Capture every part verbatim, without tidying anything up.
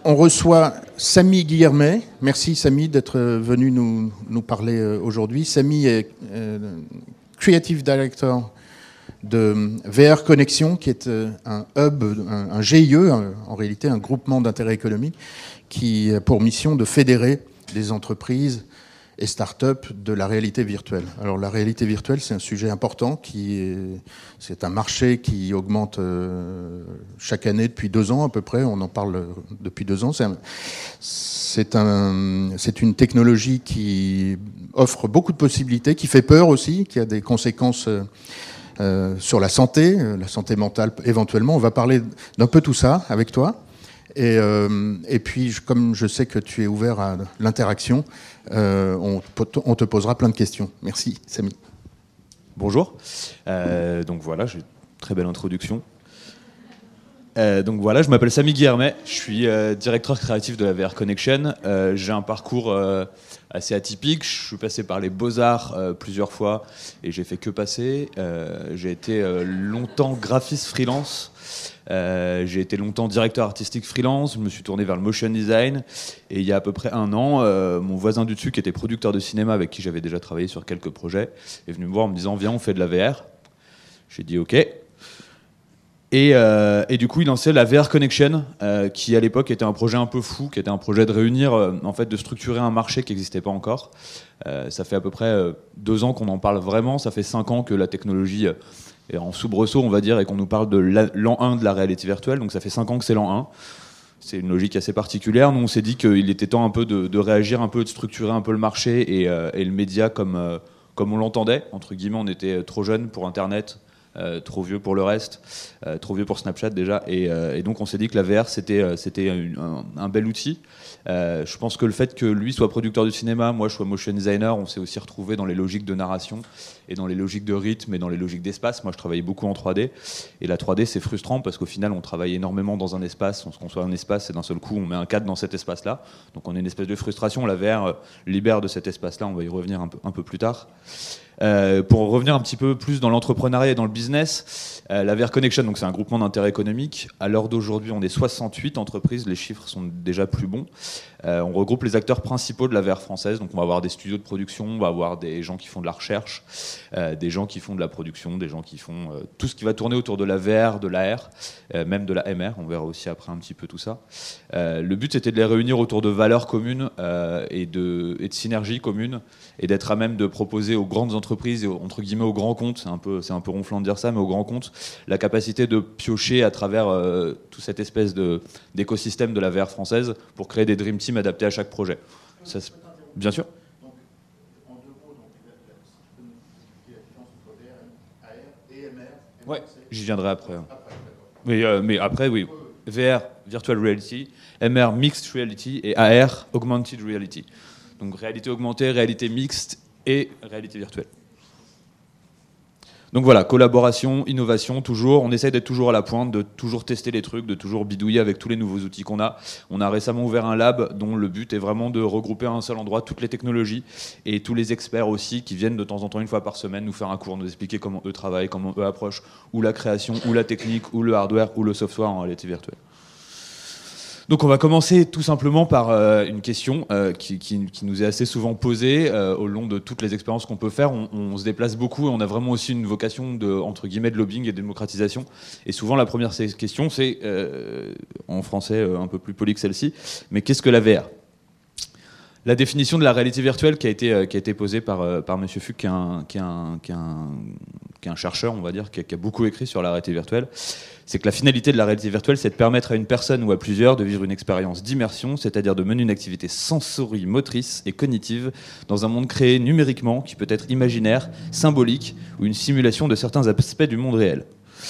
on reçoit Samy Guillermet. Merci Samy d'être venu nous, nous parler aujourd'hui. Samy est euh, Creative Director de V R Connexion, qui est un hub, un, un G I E, un, en réalité un groupement d'intérêt économique, qui a pour mission de fédérer des entreprises et start-up de la réalité virtuelle. Alors la réalité virtuelle, c'est un sujet important, qui est, c'est un marché qui augmente euh, chaque année depuis deux ans à peu près, on en parle depuis deux ans. C'est, un, c'est, un, c'est une technologie qui offre beaucoup de possibilités, qui fait peur aussi, qui a des conséquences euh, sur la santé, la santé mentale éventuellement. On va parler d'un peu tout ça avec toi. Et, euh, et puis, comme je sais que tu es ouvert à l'interaction, euh, on, on te posera plein de questions. Merci, Samy. Bonjour. Euh, donc voilà, j'ai une très belle introduction. Euh, donc voilà, je m'appelle Samy Guillermet, je suis euh, directeur créatif de la V R Connexion. Euh, j'ai un parcours euh, assez atypique. Je suis passé par les Beaux-Arts euh, plusieurs fois et j'ai fait que passer. Euh, j'ai été euh, longtemps graphiste freelance. Euh, j'ai été longtemps directeur artistique freelance, je me suis tourné vers le motion design et il y a à peu près un an, euh, mon voisin du dessus qui était producteur de cinéma avec qui j'avais déjà travaillé sur quelques projets est venu me voir en me disant viens on fait de la V R. J'ai dit ok. Et, euh, et du coup il lançait la V R Connexion euh, qui à l'époque était un projet un peu fou, qui était un projet de réunir, euh, en fait de structurer un marché qui n'existait pas encore. Euh, ça fait à peu près euh, deux ans qu'on en parle vraiment, ça fait cinq ans que la technologie... Euh, Et en soubresaut, on va dire, et qu'on nous parle de l'an un de la réalité virtuelle. Donc ça fait cinq ans que c'est l'an un. C'est une logique assez particulière. Nous, on s'est dit qu'il était temps un peu de, de réagir, un peu de structurer un peu le marché et, euh, et le média comme, euh, comme on l'entendait. Entre guillemets, on était trop jeunes pour Internet, euh, trop vieux pour le reste, euh, trop vieux pour Snapchat déjà. Et, euh, et donc on s'est dit que la V R, c'était, c'était un, un bel outil. Euh, je pense que le fait que lui soit producteur de cinéma, moi je sois motion designer, on s'est aussi retrouvé dans les logiques de narration et dans les logiques de rythme et dans les logiques d'espace. Moi je travaillais beaucoup en trois D et la trois D c'est frustrant parce qu'au final on travaille énormément dans un espace, on se conçoit un espace et d'un seul coup on met un cadre dans cet espace-là. Donc on a une espèce de frustration, la V R libère de cet espace-là, on va y revenir un peu, un peu plus tard. Euh, pour revenir un petit peu plus dans l'entrepreneuriat et dans le business, euh, la V R Connexion, donc c'est un groupement d'intérêt économique. À l'heure d'aujourd'hui, on est soixante-huit entreprises, les chiffres sont déjà plus bons. Euh, on regroupe les acteurs principaux de la V R française, donc on va avoir des studios de production, on va avoir des gens qui font de la recherche, euh, des gens qui font de la production, des gens qui font euh, tout ce qui va tourner autour de la V R, de l'A R, euh, même de la M R, on verra aussi après un petit peu tout ça. Euh, le but c'était de les réunir autour de valeurs communes euh, et, de, et de synergies communes et d'être à même de proposer aux grandes entreprises et aux, entre guillemets aux grands comptes, c'est un peu, c'est un peu ronflant de dire ça, mais aux grands comptes, la capacité de piocher à travers euh, toute cette espèce de, d'écosystème de la V R française pour créer des dream teams adaptés à chaque projet. Ça, bien sûr. Donc, en deux mots, donc, si tu peux nous expliquer la différence entre V R, A R et M R. Ouais, j'y viendrai après. Après mais, euh, mais après, oui. V R, Virtual Reality, M R, Mixed Reality et A R, Augmented Reality. Donc réalité augmentée, réalité mixte et réalité virtuelle. Donc voilà, collaboration, innovation, toujours. On essaie d'être toujours à la pointe, de toujours tester les trucs, de toujours bidouiller avec tous les nouveaux outils qu'on a. On a récemment ouvert un lab dont le but est vraiment de regrouper à un seul endroit toutes les technologies et tous les experts aussi qui viennent de temps en temps, une fois par semaine, nous faire un cours, nous expliquer comment eux travaillent, comment eux approchent ou la création, ou la technique, ou le hardware, ou le software en réalité virtuelle. Donc on va commencer tout simplement par euh, une question euh, qui, qui, qui nous est assez souvent posée euh, au long de toutes les expériences qu'on peut faire. On, on se déplace beaucoup et on a vraiment aussi une vocation de, entre guillemets, de lobbying et de démocratisation. Et souvent la première question c'est, euh, en français euh, un peu plus poli que celle-ci, mais qu'est-ce que la V R ? La définition de la réalité virtuelle qui a été, euh, qui a été posée par, euh, par M. Fuchs, qui est, un, qui, est un, qui, est un, qui est un chercheur, on va dire, qui a, qui a beaucoup écrit sur la réalité virtuelle, c'est que la finalité de la réalité virtuelle, c'est de permettre à une personne ou à plusieurs de vivre une expérience d'immersion, c'est-à-dire de mener une activité sensorimotrice et cognitive dans un monde créé numériquement, qui peut être imaginaire, symbolique, ou une simulation de certains aspects du monde réel.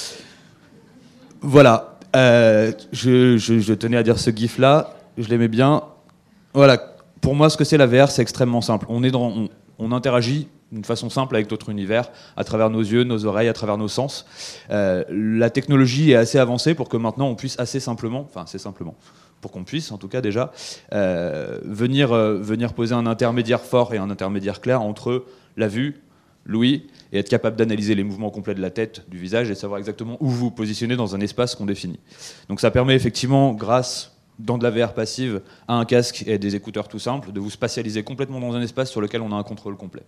Voilà, euh, je, je, je tenais à dire ce gif-là, je l'aimais bien. Voilà. Pour moi, ce que c'est la V R, c'est extrêmement simple. On, est dans, on, on interagit d'une façon simple avec notre univers, à travers nos yeux, nos oreilles, à travers nos sens. Euh, la technologie est assez avancée pour que maintenant on puisse assez simplement, enfin assez simplement, pour qu'on puisse en tout cas déjà, euh, venir, euh, venir poser un intermédiaire fort et un intermédiaire clair entre la vue, l'ouïe, et être capable d'analyser les mouvements complets de la tête, du visage, et savoir exactement où vous vous positionnez dans un espace qu'on définit. Donc ça permet effectivement, grâce dans de la V R passive, à un casque et des écouteurs tout simples, de vous spatialiser complètement dans un espace sur lequel on a un contrôle complet.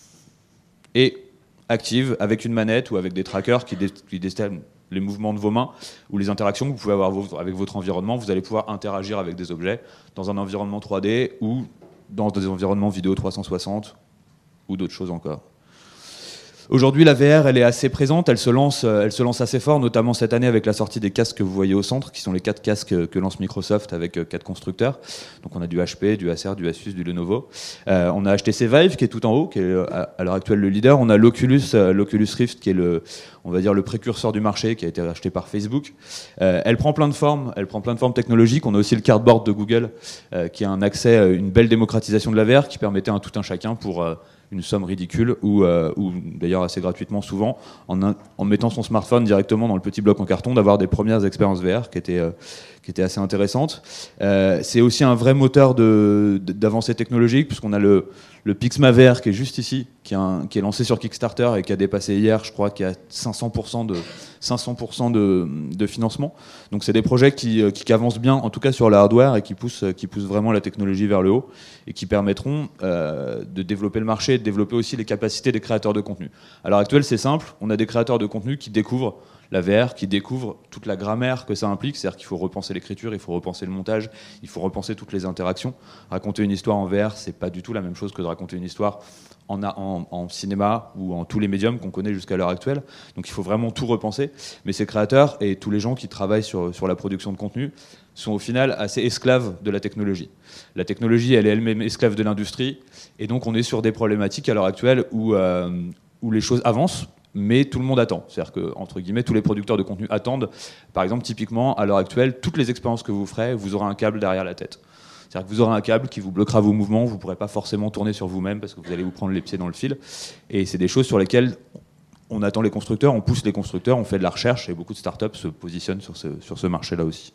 Et active avec une manette ou avec des trackers qui, dé qui détectent les mouvements de vos mains ou les interactions que vous pouvez avoir avec votre environnement. Vous allez pouvoir interagir avec des objets dans un environnement trois D ou dans des environnements vidéo trois cent soixante ou d'autres choses encore. Aujourd'hui, la V R, elle est assez présente, elle se lance, elle se lance assez fort, notamment cette année avec la sortie des casques que vous voyez au centre, qui sont les quatre casques que lance Microsoft avec quatre constructeurs. Donc on a du H P, du Acer, du Asus, du Lenovo. Euh, on a H T C Vive, qui est tout en haut, qui est à l'heure actuelle le leader. On a l'Oculus, euh, l'Oculus Rift, qui est le, on va dire le précurseur du marché, qui a été racheté par Facebook. Euh, elle prend plein de formes, elle prend plein de formes technologiques. On a aussi le Cardboard de Google, euh, qui a un accès, une belle démocratisation de la V R, qui permettait à un tout un chacun pour euh, une somme ridicule ou, euh, ou d'ailleurs assez gratuitement souvent, en, un, en mettant son smartphone directement dans le petit bloc en carton, d'avoir des premières expériences V R qui étaient, euh, qui étaient assez intéressantes. Euh, c'est aussi un vrai moteur de, de, d'avancée technologique, puisqu'on a le, le Pixma V R qui est juste ici, qui, a un, qui est lancé sur Kickstarter et qui a dépassé hier, je crois, qui a cinq cents pour cent de, cinq cents pour cent de, de financement. Donc c'est des projets qui, qui, qui avancent bien, en tout cas sur le hardware, et qui poussent, qui poussent vraiment la technologie vers le haut, et qui permettront euh, de développer le marché et de développer aussi les capacités des créateurs de contenu. À l'heure actuelle, c'est simple, on a des créateurs de contenu qui découvrent la V R, qui découvrent toute la grammaire que ça implique, c'est-à-dire qu'il faut repenser l'écriture, il faut repenser le montage, il faut repenser toutes les interactions. Raconter une histoire en V R, c'est pas du tout la même chose que de raconter une histoire en, en, en cinéma ou en tous les médiums qu'on connaît jusqu'à l'heure actuelle. Donc il faut vraiment tout repenser. Mais ces créateurs et tous les gens qui travaillent sur, sur la production de contenu sont au final assez esclaves de la technologie. La technologie, elle est elle-même esclave de l'industrie, et donc on est sur des problématiques à l'heure actuelle où, euh, où les choses avancent, mais tout le monde attend. C'est-à-dire que, entre guillemets, tous les producteurs de contenu attendent. Par exemple, typiquement, à l'heure actuelle, toutes les expériences que vous ferez, vous aurez un câble derrière la tête. C'est-à-dire que vous aurez un câble qui vous bloquera vos mouvements, vous ne pourrez pas forcément tourner sur vous-même parce que vous allez vous prendre les pieds dans le fil. Et c'est des choses sur lesquelles on attend les constructeurs, on pousse les constructeurs, on fait de la recherche, et beaucoup de startups se positionnent sur ce, sur ce marché-là aussi.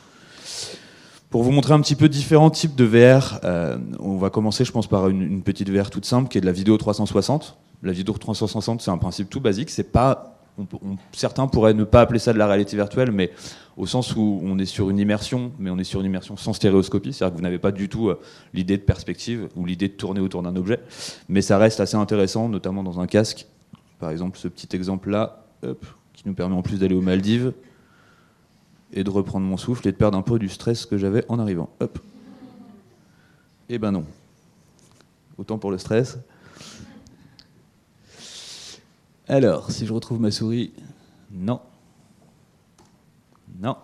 Pour vous montrer un petit peu différents types de V R, euh, on va commencer, je pense, par une, une petite V R toute simple, qui est de la vidéo trois cent soixante. La vidéo trois cent soixante, c'est un principe tout basique. C'est pas, on, on, certains pourraient ne pas appeler ça de la réalité virtuelle, mais au sens où on est sur une immersion, mais on est sur une immersion sans stéréoscopie, c'est-à-dire que vous n'avez pas du tout euh, l'idée de perspective ou l'idée de tourner autour d'un objet, mais ça reste assez intéressant, notamment dans un casque. Par exemple, ce petit exemple-là, hop, qui nous permet en plus d'aller aux Maldives et de reprendre mon souffle et de perdre un peu du stress que j'avais en arrivant. Hop. Eh ben non. Autant pour le stress. Alors, si je retrouve ma souris, non. Non.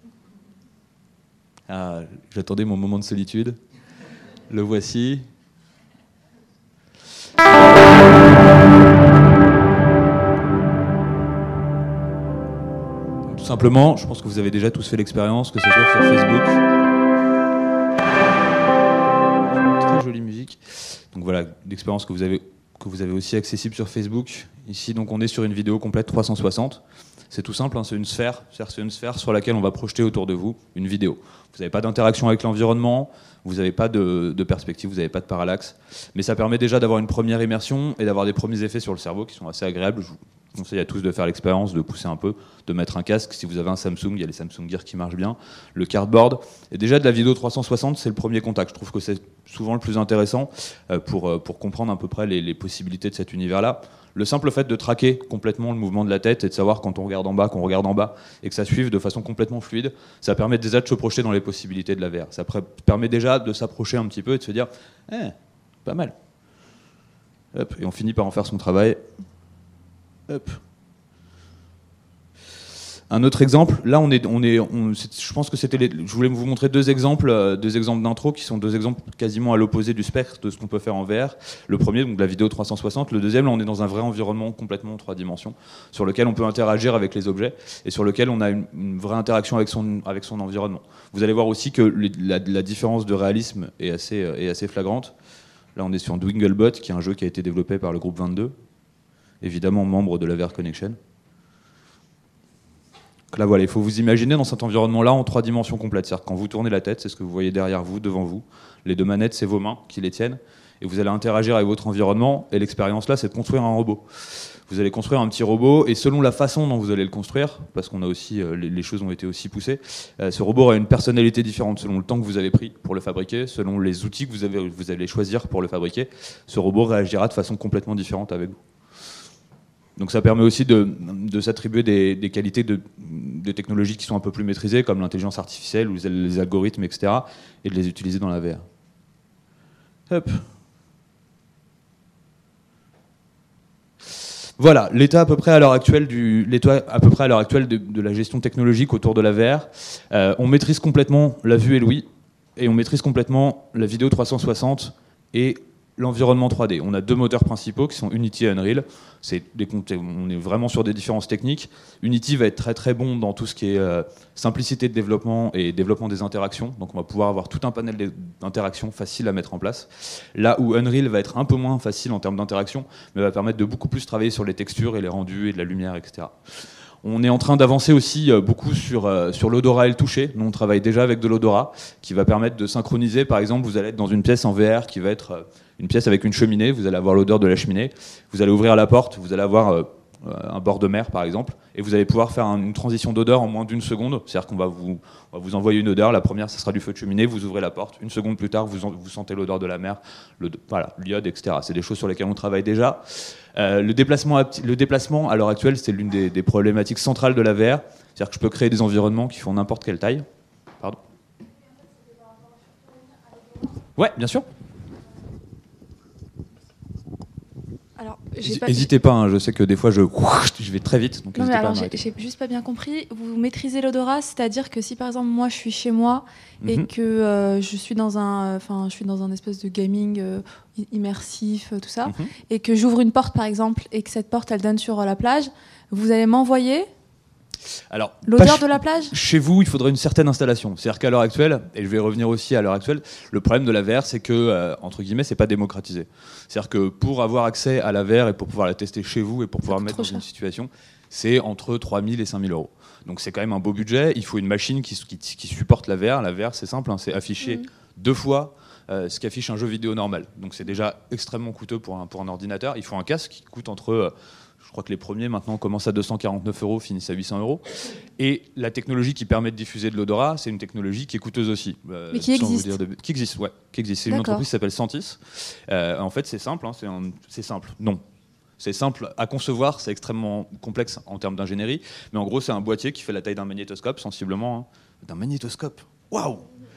Ah, j'attendais mon moment de solitude. Le voici. Tout simplement, je pense que vous avez déjà tous fait l'expérience, que ce soit sur Facebook. Très jolie musique. Donc voilà, l'expérience que vous avez que vous avez aussi accessible sur Facebook. Ici, donc, on est sur une vidéo complète trois cent soixante. C'est tout simple, hein, c'est une sphère, c'est une sphère sur laquelle on va projeter autour de vous une vidéo. Vous n'avez pas d'interaction avec l'environnement, vous n'avez pas de, de perspective, vous n'avez pas de parallaxe, mais ça permet déjà d'avoir une première immersion et d'avoir des premiers effets sur le cerveau qui sont assez agréables. Je vous conseille à tous de faire l'expérience, de pousser un peu, de mettre un casque. Si vous avez un Samsung, il y a les Samsung Gear qui marchent bien, le Cardboard. Et déjà, de la vidéo trois cent soixante, c'est le premier contact. Je trouve que c'est souvent le plus intéressant pour, pour comprendre à peu près les, les possibilités de cet univers-là. Le simple fait de traquer complètement le mouvement de la tête et de savoir quand on regarde en bas, qu'on regarde en bas, et que ça suive de façon complètement fluide, ça permet déjà de se projeter dans les possibilités de la V R. Ça permet déjà de s'approcher un petit peu et de se dire eh, « pas mal ». Hop, et on finit par en faire son travail. Hop. Un autre exemple, là on est, on est, on, je pense que c'était, les, je voulais vous montrer deux exemples, deux exemples d'intro qui sont deux exemples quasiment à l'opposé du spectre de ce qu'on peut faire en V R. Le premier, donc la vidéo trois cent soixante. Le deuxième, là on est dans un vrai environnement complètement en trois dimensions, sur lequel on peut interagir avec les objets et sur lequel on a une, une vraie interaction avec son, avec son environnement. Vous allez voir aussi que les, la, la différence de réalisme est assez, est assez flagrante. Là on est sur Dwinglebot, qui est un jeu qui a été développé par le groupe vingt-deux, évidemment membre de la V R Connection. Là, voilà, il faut vous imaginer dans cet environnement-là en trois dimensions complètes. C'est-à-dire que quand vous tournez la tête, c'est ce que vous voyez derrière vous, devant vous. Les deux manettes, c'est vos mains qui les tiennent. et vous allez interagir avec votre environnement, et l'expérience là, c'est de construire un robot. Vous allez construire un petit robot, et selon la façon dont vous allez le construire, parce qu'on a aussi, euh, les, les choses ont été aussi poussées, euh, ce robot aura une personnalité différente selon le temps que vous avez pris pour le fabriquer, selon les outils que vous, avez, vous allez choisir pour le fabriquer. Ce robot réagira de façon complètement différente avec vous. Donc ça permet aussi de, de s'attribuer des, des qualités de, de technologies qui sont un peu plus maîtrisées, comme l'intelligence artificielle ou les, les algorithmes, et cetera, et de les utiliser dans la V R. Hop. Voilà, l'état à peu près à l'heure actuelle, du, l'état à peu près à l'heure actuelle de, de la gestion technologique autour de la V R. Euh, on maîtrise complètement la vue et l'ouïe, et on maîtrise complètement la vidéo trois cent soixante et l'environnement trois D. On a deux moteurs principaux qui sont Unity et Unreal. C'est des, on est vraiment sur des différences techniques. Unity va être très très bon dans tout ce qui est euh, simplicité de développement et développement des interactions. Donc on va pouvoir avoir tout un panel d'interactions facile à mettre en place. Là où Unreal va être un peu moins facile en termes d'interaction, mais va permettre de beaucoup plus travailler sur les textures et les rendus et de la lumière, et cetera. On est en train d'avancer aussi beaucoup sur, euh, sur l'odorat et le toucher. Nous, on travaille déjà avec de l'odorat qui va permettre de synchroniser. Par exemple, vous allez être dans une pièce en V R qui va être euh, une pièce avec une cheminée. Vous allez avoir l'odeur de la cheminée. Vous allez ouvrir la porte. Vous allez avoir euh, un bord de mer, par exemple. Et vous allez pouvoir faire un, une transition d'odeur en moins d'une seconde. C'est-à-dire qu'on va vous, on va vous envoyer une odeur. La première, ça sera du feu de cheminée. Vous ouvrez la porte. Une seconde plus tard, vous, en, vous sentez l'odeur de la mer, le, voilà, l'iode, et cetera. C'est des choses sur lesquelles on travaille déjà. Euh, le déplacement, le déplacement, à l'heure actuelle, c'est l'une des, des problématiques centrales de la V R. C'est-à-dire que je peux créer des environnements qui font n'importe quelle taille. Pardon ? Ouais, bien sûr. Alors, n'hésitez pas, hein, je sais que des fois je, je vais très vite. Donc non, mais alors, pas j'ai, j'ai juste pas bien compris. Vous maîtrisez l'odorat, c'est-à-dire que si par exemple moi je suis chez moi mm-hmm. et que euh, je suis dans un, enfin je suis dans un espèce de gaming euh, immersif, tout ça, mm-hmm. et que j'ouvre une porte par exemple et que cette porte elle donne sur la plage, vous allez m'envoyer Alors, l'odeur de la plage ? Chez vous, il faudrait une certaine installation. C'est-à-dire qu'à l'heure actuelle, et je vais revenir aussi à l'heure actuelle, le problème de la V R, c'est que, euh, entre guillemets, c'est pas démocratisé. C'est-à-dire que pour avoir accès à la V R et pour pouvoir la tester chez vous et pour pouvoir mettre dans cher. Une situation, c'est entre trois mille et cinq mille euros. Donc c'est quand même un beau budget. Il faut une machine qui, qui, qui supporte la V R. La V R, c'est simple, hein, c'est afficher mmh. deux fois euh, ce qu'affiche un jeu vidéo normal. Donc c'est déjà extrêmement coûteux pour un, pour un ordinateur. Il faut un casque qui coûte entre... Euh, Je crois que les premiers maintenant commencent à deux cent quarante-neuf euros, finissent à huit cents euros. Et la technologie qui permet de diffuser de l'odorat, c'est une technologie qui est coûteuse aussi. Euh, Mais qui existe de... Qui existe, ouais. Qui existe. C'est une entreprise qui s'appelle Sentis. Euh, en fait, c'est simple. Hein, c'est, un... c'est simple. Non. C'est simple à concevoir, c'est extrêmement complexe en termes d'ingénierie. Mais en gros, c'est un boîtier qui fait la taille d'un magnétoscope, sensiblement. Hein. D'un magnétoscope. Waouh!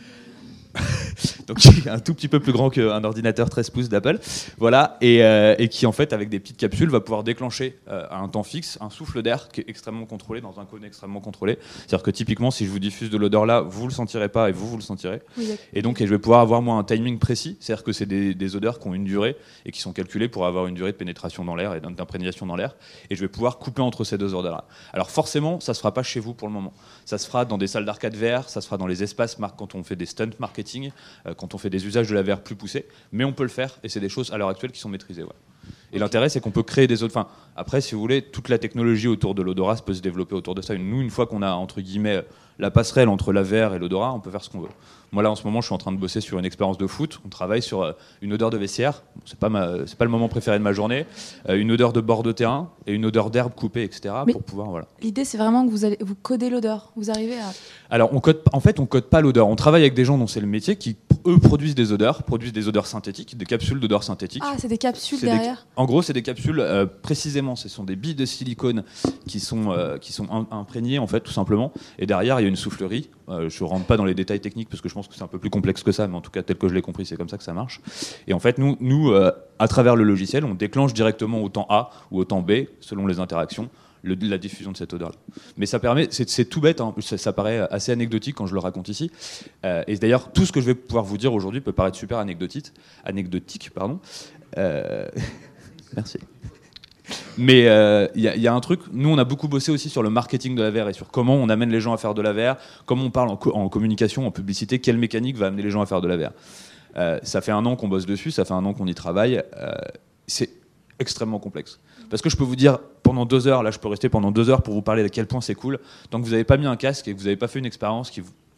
Donc qui est un tout petit peu plus grand qu'un ordinateur treize pouces d'Apple, voilà, et, euh, et qui en fait avec des petites capsules va pouvoir déclencher euh, à un temps fixe un souffle d'air qui est extrêmement contrôlé dans un cône extrêmement contrôlé. C'est-à-dire que typiquement si je vous diffuse de l'odeur là, vous le sentirez pas et vous vous le sentirez. Oui, et donc et je vais pouvoir avoir moi un timing précis, c'est-à-dire que c'est des, des odeurs qui ont une durée et qui sont calculées pour avoir une durée de pénétration dans l'air et d'imprégnation dans l'air, et je vais pouvoir couper entre ces deux odeurs-là. Alors forcément, ça se fera pas chez vous pour le moment. Ça se fera dans des salles d'arcade V R, ça se fera dans les espaces quand on fait des stunt marketing. Euh, quand on fait des usages de la V R plus poussés, mais on peut le faire, et c'est des choses à l'heure actuelle qui sont maîtrisées. Ouais. Et okay. L'intérêt, c'est qu'on peut créer des autres... Enfin, après, si vous voulez, toute la technologie autour de l'odorat peut se développer autour de ça. Nous, une fois qu'on a, entre guillemets, la passerelle entre la V R et l'odorat, on peut faire ce qu'on veut. Moi, là, en ce moment, je suis en train de bosser sur une expérience de foot. On travaille sur euh, une odeur de vestiaire. Bon, c'est pas ma, c'est pas le moment préféré de ma journée. Euh, une odeur de bord de terrain et une odeur d'herbe coupée, et cetera. Mais pour pouvoir, voilà. L'idée, c'est vraiment que vous allez vous codez l'odeur. Vous arrivez à... Alors, on code, en fait, on code pas l'odeur. On travaille avec des gens dont c'est le métier qui, eux, produisent des odeurs, produisent des odeurs synthétiques, des capsules d'odeurs synthétiques. Ah, c'est des capsules c'est derrière. Des, en gros, c'est des capsules euh, précisément. Ce sont des billes de silicone qui sont euh, qui sont in, imprégnées en fait, tout simplement. Et derrière, il y a une soufflerie. Euh, je rentre pas dans les détails techniques parce que je pense que c'est un peu plus complexe que ça, mais en tout cas, tel que je l'ai compris, c'est comme ça que ça marche. Et en fait, nous, nous, euh, à travers le logiciel, on déclenche directement au temps A ou au temps B, selon les interactions, le, la diffusion de cette odeur-là. Mais ça permet, c'est, c'est tout bête, hein, ça, ça paraît assez anecdotique quand je le raconte ici. Euh, et d'ailleurs, tout ce que je vais pouvoir vous dire aujourd'hui peut paraître super anecdotique, anecdotique, pardon. Euh... Merci. Mais il euh, y, y a un truc, nous on a beaucoup bossé aussi sur le marketing de la V R et sur comment on amène les gens à faire de la V R, comment on parle en, co- en communication, en publicité, quelle mécanique va amener les gens à faire de la V R. Euh, ça fait un an qu'on bosse dessus, ça fait un an qu'on y travaille, euh, c'est extrêmement complexe. Parce que je peux vous dire pendant deux heures, là je peux rester pendant deux heures pour vous parler de quel point c'est cool, tant que vous n'avez pas mis un casque et que vous n'avez pas fait une expérience qui vous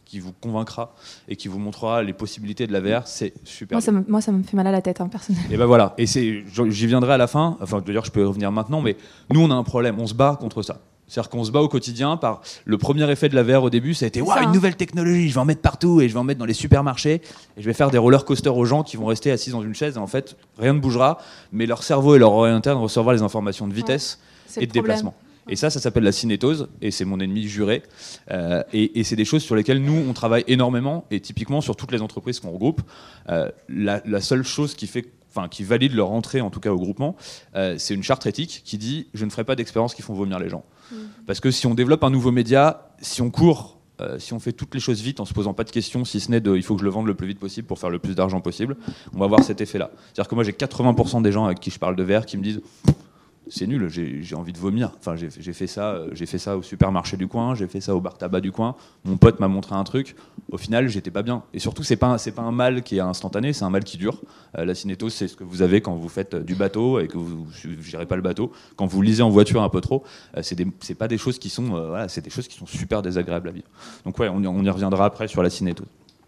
qui vous convaincra et qui vous montrera les possibilités de la V R, c'est super. Moi ça, me, moi, ça me fait mal à la tête, hein, personnellement. Et ben voilà, et c'est, j'y viendrai à la fin, enfin d'ailleurs je peux y revenir maintenant, mais nous on a un problème, on se bat contre ça. C'est-à-dire qu'on se bat au quotidien par le premier effet de la V R au début, ça a été waouh, une nouvelle technologie, je vais en mettre partout et je vais en mettre dans les supermarchés et je vais faire des roller coasters aux gens qui vont rester assis dans une chaise et en fait rien ne bougera, mais leur cerveau et leur oreille interne recevront les informations de vitesse ouais, et de déplacement. Et ça, ça s'appelle la cinétose et c'est mon ennemi juré. Euh, et, et c'est des choses sur lesquelles nous on travaille énormément et typiquement sur toutes les entreprises qu'on regroupe, euh, la, la seule chose qui fait Enfin, qui valide leur entrée en tout cas au groupement, euh, c'est une charte éthique qui dit je ne ferai pas d'expériences qui font vomir les gens. Mmh. Parce que si on développe un nouveau média, si on court, euh, si on fait toutes les choses vite en se posant pas de questions, si ce n'est de il faut que je le vende le plus vite possible pour faire le plus d'argent possible, on va avoir cet effet-là. C'est-à-dire que moi j'ai quatre-vingts pour cent des gens avec qui je parle de V R qui me disent c'est nul, j'ai, j'ai envie de vomir. Enfin, j'ai, j'ai, fait ça, euh, j'ai fait ça au supermarché du coin, j'ai fait ça au bar tabac du coin. Mon pote m'a montré un truc. Au final, j'étais pas bien. Et surtout, c'est pas un, c'est pas un mal qui est instantané, c'est un mal qui dure. Euh, la cinétose, c'est ce que vous avez quand vous faites du bateau et que vous ne gérez pas le bateau. Quand vous lisez en voiture un peu trop, euh, c'est, des, c'est pas des choses qui sont, euh, voilà, c'est des choses qui sont super désagréables à vivre. Donc ouais, on, on y reviendra après sur la cinétose.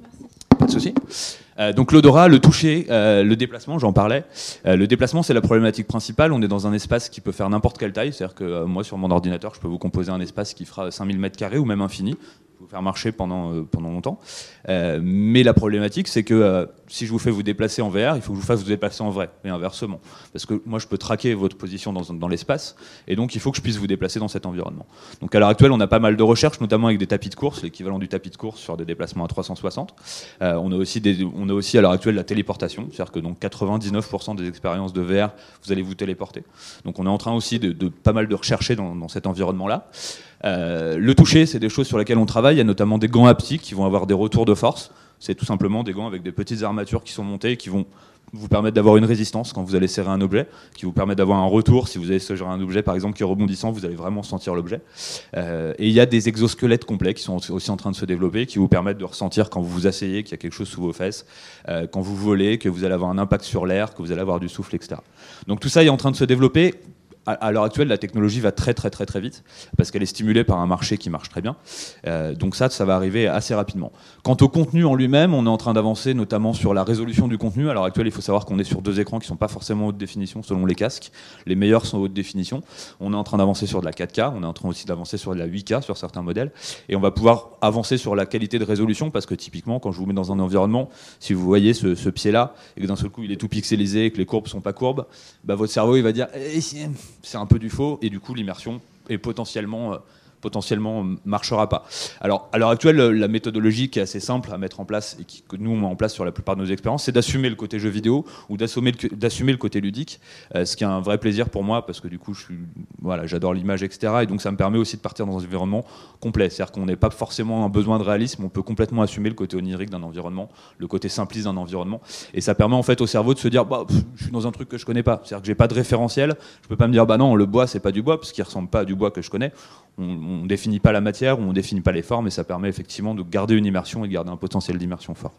Pas de souci. Euh, donc l'odorat, le toucher, euh, le déplacement, j'en parlais. Euh, le déplacement, c'est la problématique principale. On est dans un espace qui peut faire n'importe quelle taille. C'est-à-dire que euh, moi, sur mon ordinateur, je peux vous composer un espace qui fera cinq mille mètres carrés ou même infini. Vous faire marcher pendant, euh, pendant longtemps. Euh, mais la problématique, c'est que euh, si je vous fais vous déplacer en V R, il faut que je vous fasse vous déplacer en vrai, et inversement. Parce que moi, je peux traquer votre position dans, dans l'espace, et donc il faut que je puisse vous déplacer dans cet environnement. Donc à l'heure actuelle, on a pas mal de recherches, notamment avec des tapis de course, l'équivalent du tapis de course sur des déplacements à trois cent soixante. Euh, on, a aussi des, on a aussi à l'heure actuelle la téléportation, c'est-à-dire que donc quatre-vingt-dix-neuf pour cent des expériences de V R, vous allez vous téléporter. Donc on est en train aussi de, de pas mal de rechercher dans, dans cet environnement-là. Euh, le toucher, c'est des choses sur lesquelles on travaille. Il y a notamment des gants haptiques qui vont avoir des retours de force. C'est tout simplement des gants avec des petites armatures qui sont montées et qui vont vous permettre d'avoir une résistance quand vous allez serrer un objet, qui vous permet d'avoir un retour. Si vous allez serrer un objet, par exemple, qui est rebondissant, vous allez vraiment sentir l'objet. Euh, et il y a des exosquelettes complets qui sont aussi en train de se développer, qui vous permettent de ressentir quand vous vous asseyez qu'il y a quelque chose sous vos fesses, euh, quand vous volez, que vous allez avoir un impact sur l'air, que vous allez avoir du souffle, et cetera. Donc tout ça est en train de se développer. À l'heure actuelle, la technologie va très très très très vite parce qu'elle est stimulée par un marché qui marche très bien. Euh, donc ça, ça va arriver assez rapidement. Quant au contenu en lui-même, on est en train d'avancer notamment sur la résolution du contenu. À l'heure actuelle, il faut savoir qu'on est sur deux écrans qui ne sont pas forcément haute définition selon les casques. Les meilleurs sont haute définition. On est en train d'avancer sur de la quatre K. On est en train aussi d'avancer sur de la huit K sur certains modèles. Et on va pouvoir avancer sur la qualité de résolution parce que typiquement, quand je vous mets dans un environnement, si vous voyez ce, ce pied-là et que d'un seul coup il est tout pixelisé et que les courbes ne sont pas courbes, bah, votre cerveau il va dire eh, c'est un peu du faux, et du coup l'immersion est potentiellement, euh, potentiellement marchera pas. Alors à l'heure actuelle, la méthodologie qui est assez simple à mettre en place et qui, que nous on met en place sur la plupart de nos expériences, c'est d'assumer le côté jeu vidéo ou d'assumer le, d'assumer le côté ludique, euh, ce qui est un vrai plaisir pour moi parce que du coup je suis, voilà, j'adore l'image, et cetera. Et donc ça me permet aussi de partir dans un environnement complet, c'est-à-dire qu'on n'est pas forcément un besoin de réalisme, on peut complètement assumer le côté onirique d'un environnement, le côté simpliste d'un environnement, et ça permet en fait au cerveau de se dire bah, pff, je suis dans un truc que je connais pas, c'est-à-dire que j'ai pas de référentiel, je peux pas me dire bah non le bois c'est pas du bois parce qu'il ressemble pas à du bois que je connais. On ne définit pas la matière, on ne définit pas les formes, et ça permet effectivement de garder une immersion et de garder un potentiel d'immersion fort.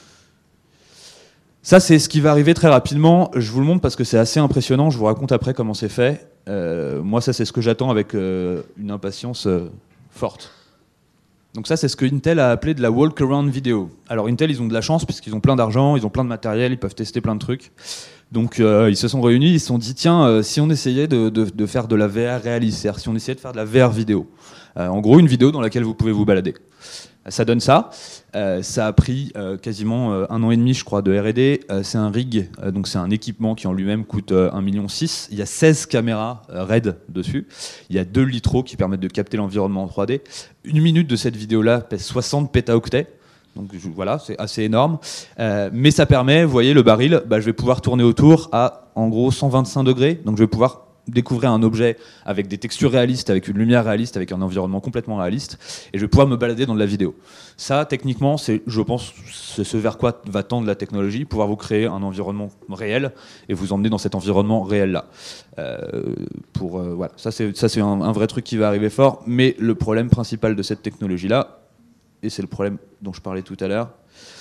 Ça, c'est ce qui va arriver très rapidement. Je vous le montre parce que c'est assez impressionnant. Je vous raconte après comment c'est fait. Euh, moi, ça, c'est ce que j'attends avec euh, une impatience euh, forte. Donc ça, c'est ce que Intel a appelé de la walk-around vidéo. Alors Intel, ils ont de la chance puisqu'ils ont plein d'argent, ils ont plein de matériel, ils peuvent tester plein de trucs. Donc euh, ils se sont réunis, ils se sont dit tiens, euh, si on essayait de, de, de faire de la V R réaliste, c'est-à-dire si on essayait de faire de la V R vidéo. Euh, en gros, une vidéo dans laquelle vous pouvez vous balader. Ça donne ça. Euh, ça a pris euh, quasiment euh, un an et demi, je crois, de R et D. Euh, c'est un rig, euh, donc c'est un équipement qui en lui-même coûte euh, un virgule six million. Il y a seize caméras euh, R E D dessus. Il y a deux litros qui permettent de capter l'environnement en trois D. Une minute de cette vidéo-là pèse soixante pétaoctets. Donc je, voilà, c'est assez énorme. Euh, mais ça permet, vous voyez, le baril, bah, je vais pouvoir tourner autour à en gros cent vingt-cinq degrés. Donc je vais pouvoir découvrir un objet avec des textures réalistes, avec une lumière réaliste, avec un environnement complètement réaliste, et je vais pouvoir me balader dans de la vidéo. Ça, techniquement, c'est, je pense, c'est ce vers quoi va tendre la technologie, pouvoir vous créer un environnement réel et vous emmener dans cet environnement réel-là. Euh, pour, euh, voilà. Ça, c'est, ça, c'est un, un vrai truc qui va arriver fort, mais le problème principal de cette technologie-là, et c'est le problème dont je parlais tout à l'heure,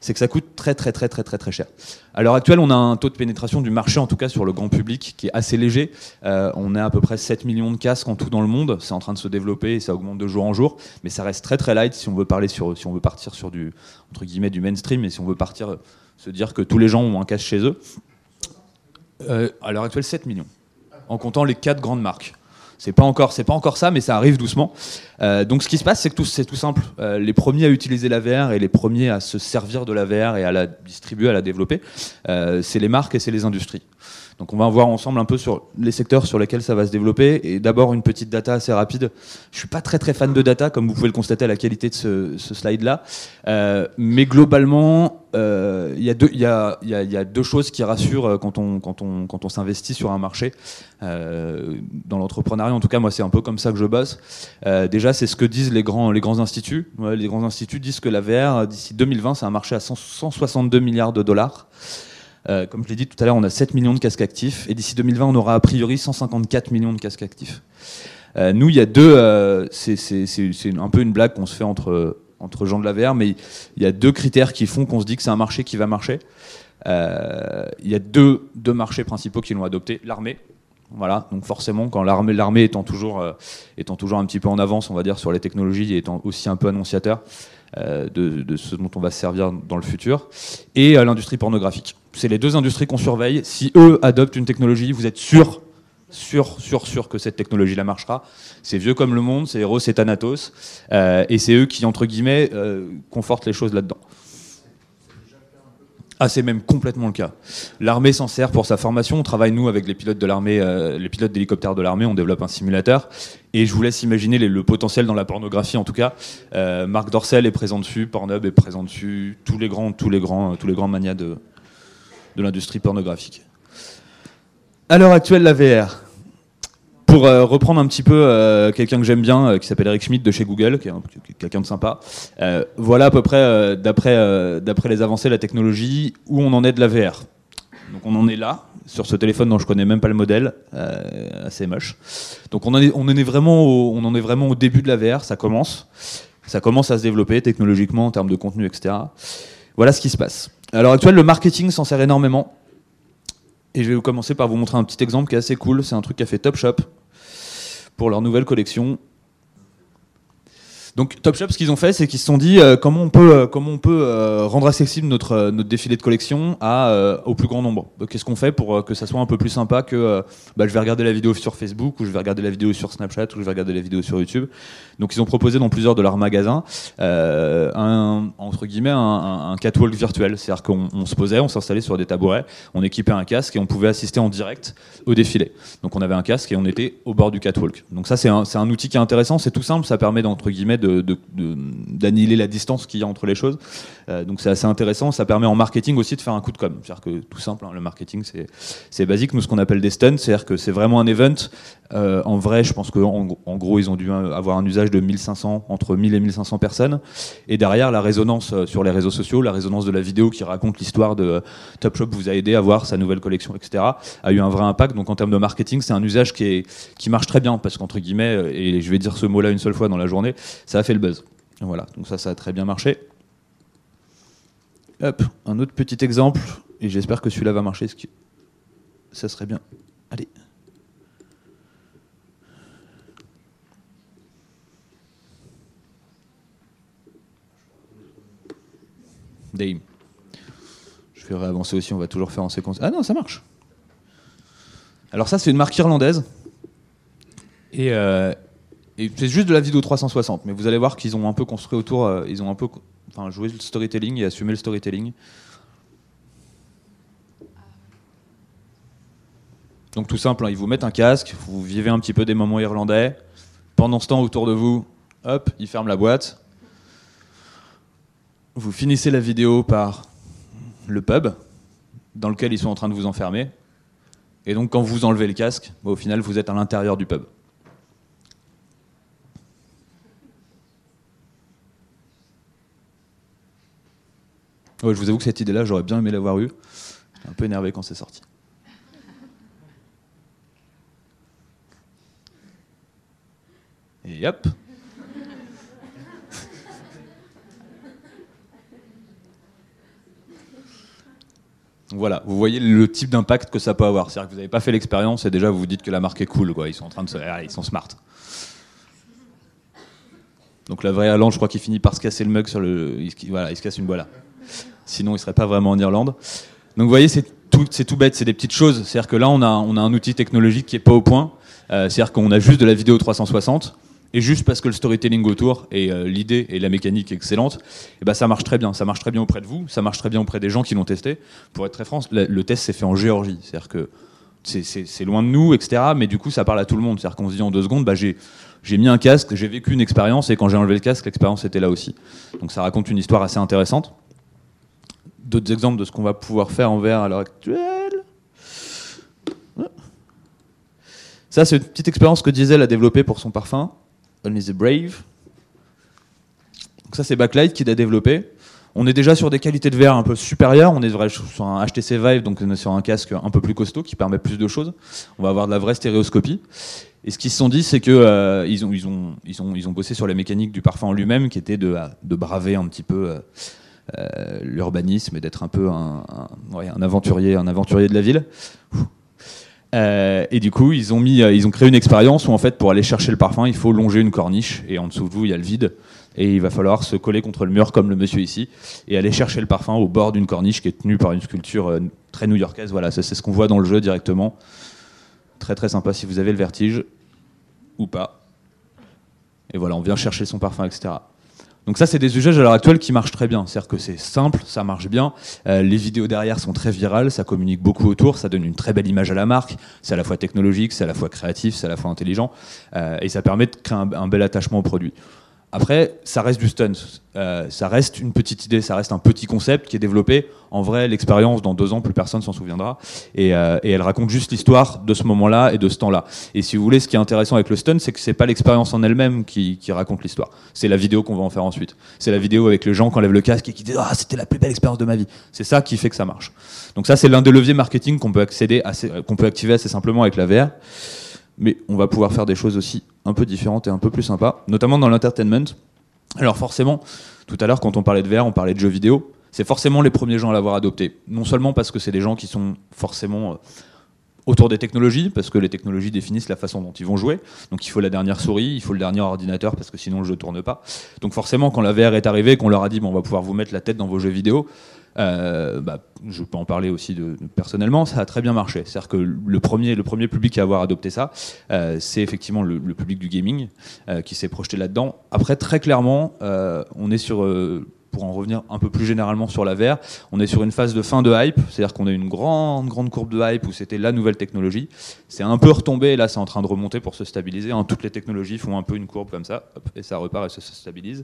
c'est que ça coûte très très très très très très cher. À l'heure actuelle, on a un taux de pénétration du marché, en tout cas sur le grand public, qui est assez léger. Euh, on est à peu près sept millions de casques en tout dans le monde. C'est en train de se développer et ça augmente de jour en jour, mais ça reste très très light si on veut parler sur, si on veut partir sur du entre guillemets du mainstream et si on veut partir se dire que tous les gens ont un casque chez eux. Euh, à l'heure actuelle, sept millions, en comptant les quatre grandes marques. C'est pas encore, c'est pas encore ça, mais ça arrive doucement. Euh, donc ce qui se passe, c'est que tout, c'est tout simple. Euh, les premiers à utiliser la V R et les premiers à se servir de la V R et à la distribuer, à la développer, euh, c'est les marques et c'est les industries. Donc on va voir ensemble un peu sur les secteurs sur lesquels ça va se développer. Et d'abord une petite data assez rapide. Je suis pas très très fan de data, comme vous pouvez le constater à la qualité de ce, ce slide-là. Euh, mais globalement, il euh, y, y, y, y a deux choses qui rassurent quand on, quand on, quand on s'investit sur un marché. Euh, dans l'entrepreneuriat, en tout cas, moi c'est un peu comme ça que je bosse. Euh, déjà, c'est ce que disent les grands, les grands instituts. Ouais, les grands instituts disent que la V R, d'ici deux mille vingt, c'est un marché à cent soixante-deux milliards de dollars. Euh, comme je l'ai dit tout à l'heure, on a sept millions de casques actifs et d'ici deux mille vingt, on aura a priori cent cinquante-quatre millions de casques actifs. Euh, nous, il y a deux, euh, c'est, c'est, c'est, c'est un peu une blague qu'on se fait entre, entre gens de la V R, mais il y a deux critères qui font qu'on se dit que c'est un marché qui va marcher. Euh, il y a deux, deux marchés principaux qui l'ont adopté. L'armée, voilà, donc forcément, quand l'armée, l'armée étant toujours, euh, étant toujours un petit peu en avance, on va dire, sur les technologies et étant aussi un peu annonciateur, Euh, de, de ce dont on va se servir dans le futur, et euh, l'industrie pornographique. C'est les deux industries qu'on surveille. Si eux adoptent une technologie, vous êtes sûr, sûr, sûr, sûr que cette technologie-là marchera. C'est vieux comme le monde, c'est Eros et Thanatos, euh, et c'est eux qui, entre guillemets, euh, confortent les choses là-dedans. Ah, c'est même complètement le cas. L'armée s'en sert pour sa formation. On travaille, nous, avec les pilotes de l'armée, euh, les pilotes d'hélicoptères de l'armée. On développe un simulateur. Et je vous laisse imaginer les, le potentiel dans la pornographie, en tout cas. Euh, Marc Dorcel est présent dessus, Pornhub est présent dessus, tous les grands, tous les grands, tous les grands manias de, de l'industrie pornographique. À l'heure actuelle, la V R. Pour euh, reprendre un petit peu euh, quelqu'un que j'aime bien, euh, qui s'appelle Eric Schmidt de chez Google, qui est, un, qui est quelqu'un de sympa, euh, voilà à peu près, euh, d'après, euh, d'après les avancées de la technologie, où on en est de la V R. Donc on en est là, sur ce téléphone dont je connais même pas le modèle, euh, assez moche. Donc on en est, on en est vraiment au, on en est vraiment au début de la V R, ça commence. Ça commence à se développer technologiquement en termes de contenu, et cetera. Voilà ce qui se passe. À l'heure actuelle, le marketing s'en sert énormément. Et je vais commencer par vous montrer un petit exemple qui est assez cool. C'est un truc qu'a fait Topshop pour leur nouvelle collection. Donc Topshop, ce qu'ils ont fait, c'est qu'ils se sont dit euh, comment on peut, euh, comment on peut euh, rendre accessible notre, euh, notre défilé de collection à, euh, au plus grand nombre. Donc, qu'est-ce qu'on fait pour euh, que ça soit un peu plus sympa que euh, bah, je vais regarder la vidéo sur Facebook, ou je vais regarder la vidéo sur Snapchat, ou je vais regarder la vidéo sur YouTube. Donc ils ont proposé dans plusieurs de leurs magasins euh, un, entre guillemets, un, un, un catwalk virtuel. C'est-à-dire qu'on on se posait, on s'installait sur des tabourets, on équipait un casque et on pouvait assister en direct au défilé. Donc on avait un casque et on était au bord du catwalk. Donc ça c'est un, c'est un outil qui est intéressant, c'est tout simple, ça permet d'entre guillemets de, de, de, d'annihiler la distance qu'il y a entre les choses. Euh, donc c'est assez intéressant, ça permet en marketing aussi de faire un coup de com'. C'est-à-dire que tout simple, hein, le marketing c'est, c'est basique. Nous ce qu'on appelle des stunts, c'est-à-dire que c'est vraiment un event. Euh, en vrai, je pense qu'en en gros ils ont dû avoir un usage de mille cinq cents, entre mille et mille cinq cents personnes. Et derrière, la résonance sur les réseaux sociaux, la résonance de la vidéo qui raconte l'histoire de Topshop vous a aidé à voir sa nouvelle collection, et cetera, a eu un vrai impact. Donc en termes de marketing, c'est un usage qui, est, qui marche très bien parce qu'entre guillemets, et je vais dire ce mot-là une seule fois dans la journée, ça a fait le buzz. Voilà, donc ça, ça a très bien marché. Hop, un autre petit exemple, et j'espère que celui-là va marcher, ce qui... ça serait bien. Allez. Dame. Je vais réavancer aussi, on va toujours faire en séquence. Ah non, ça marche. Alors ça, c'est une marque irlandaise. Et, euh, et c'est juste de la vidéo trois cent soixante. Mais vous allez voir qu'ils ont un peu construit autour, euh, ils ont un peu enfin, joué le storytelling et assumé le storytelling. Donc tout simple, hein, ils vous mettent un casque, vous vivez un petit peu des moments irlandais. Pendant ce temps, autour de vous, hop, ils ferment la boîte. Vous finissez la vidéo par le pub dans lequel ils sont en train de vous enfermer. Et donc quand vous enlevez le casque, bah, au final vous êtes à l'intérieur du pub. Ouais, je vous avoue que cette idée-là, j'aurais bien aimé l'avoir eue. J'étais un peu énervé quand c'est sorti. Et hop. Donc voilà, vous voyez le type d'impact que ça peut avoir. C'est-à-dire que vous n'avez pas fait l'expérience et déjà vous vous dites que la marque est cool, quoi. Ils sont en train de se... ah, ils sont smart. Donc la vraie Hollande, je crois qu'il finit par se casser le mug sur le... Il, voilà, il se casse une boîte là. Sinon, il ne serait pas vraiment en Irlande. Donc vous voyez, c'est tout, c'est tout bête, c'est des petites choses. C'est-à-dire que là, on a, on a un outil technologique qui n'est pas au point. Euh, c'est-à-dire qu'on a juste de la vidéo trois cent soixante. Et juste parce que le storytelling autour et euh, l'idée et la mécanique est excellente, et ben ça marche très bien. Ça marche très bien auprès de vous, ça marche très bien auprès des gens qui l'ont testé. Pour être très franc, le, le test s'est fait en Géorgie. C'est-à-dire que c'est, c'est, c'est loin de nous, et cetera. Mais du coup, ça parle à tout le monde. C'est-à-dire qu'on se dit en deux secondes, bah, j'ai, j'ai mis un casque, j'ai vécu une expérience, et quand j'ai enlevé le casque, l'expérience était là aussi. Donc ça raconte une histoire assez intéressante. D'autres exemples de ce qu'on va pouvoir faire en V R à l'heure actuelle. Ça, c'est une petite expérience que Diesel a développée pour son parfum. Only the Brave. Donc ça, c'est Backlight qui l'a développé. On est déjà sur des qualités de verre un peu supérieures. On est sur un H T C Vive, donc on est sur un casque un peu plus costaud qui permet plus de choses. On va avoir de la vraie stéréoscopie. Et ce qu'ils se sont dit, c'est que euh, ils ont, ils ont, ils ont, ils ont bossé sur les mécaniques du parfum en lui-même, qui était de, de braver un petit peu euh, euh, l'urbanisme et d'être un peu un, un, ouais, un aventurier, un aventurier de la ville. Euh, et du coup, ils ont, mis, euh, ils ont créé une expérience où en fait, pour aller chercher le parfum, il faut longer une corniche et en dessous de vous, il y a le vide. Et il va falloir se coller contre le mur comme le monsieur ici et aller chercher le parfum au bord d'une corniche qui est tenue par une sculpture euh, très new-yorkaise. Voilà, ça, c'est ce qu'on voit dans le jeu directement. Très très sympa si vous avez le vertige ou pas. Et voilà, on vient chercher son parfum, et cetera. Donc ça, c'est des usages à l'heure actuelle qui marchent très bien. C'est-à-dire que c'est simple, ça marche bien. Euh, les vidéos derrière sont très virales, ça communique beaucoup autour, ça donne une très belle image à la marque. C'est à la fois technologique, c'est à la fois créatif, c'est à la fois intelligent. Euh, et ça permet de créer un, un bel attachement au produit. Après, ça reste du stunt. Euh, ça reste une petite idée, ça reste un petit concept qui est développé. En vrai, l'expérience, dans deux ans, plus personne s'en souviendra. Et, euh, et elle raconte juste l'histoire de ce moment-là et de ce temps-là. Et si vous voulez, ce qui est intéressant avec le stunt, c'est que c'est pas l'expérience en elle-même qui, qui raconte l'histoire. C'est la vidéo qu'on va en faire ensuite. C'est la vidéo avec les gens qui enlèvent le casque et qui disent « Ah, c'était la plus belle expérience de ma vie ». C'est ça qui fait que ça marche. Donc ça, c'est l'un des leviers marketing qu'on peut accéder assez, qu'on peut activer assez simplement avec la V R. Mais on va pouvoir faire des choses aussi un peu différentes et un peu plus sympas, notamment dans l'entertainment. Alors forcément, tout à l'heure, quand on parlait de V R, on parlait de jeux vidéo. C'est forcément les premiers gens à l'avoir adopté. Non seulement parce que c'est des gens qui sont forcément euh, autour des technologies, parce que les technologies définissent la façon dont ils vont jouer. Donc il faut la dernière souris, il faut le dernier ordinateur, parce que sinon le jeu ne tourne pas. Donc forcément, quand la V R est arrivée, qu'on leur a dit bon, on va pouvoir vous mettre la tête dans vos jeux vidéo, Euh, bah, je peux en parler aussi de, de, personnellement, ça a très bien marché. C'est-à-dire que le premier, le premier public à avoir adopté ça, euh, c'est effectivement le, le public du gaming euh, qui s'est projeté là-dedans. Après, très clairement, euh, on est sur, euh, pour en revenir un peu plus généralement sur la V R, on est sur une phase de fin de hype, c'est-à-dire qu'on a une grande, grande courbe de hype où c'était la nouvelle technologie. C'est un peu retombé, là c'est en train de remonter pour se stabiliser. Hein. Toutes les technologies font un peu une courbe comme ça, hop, et ça repart et ça se stabilise.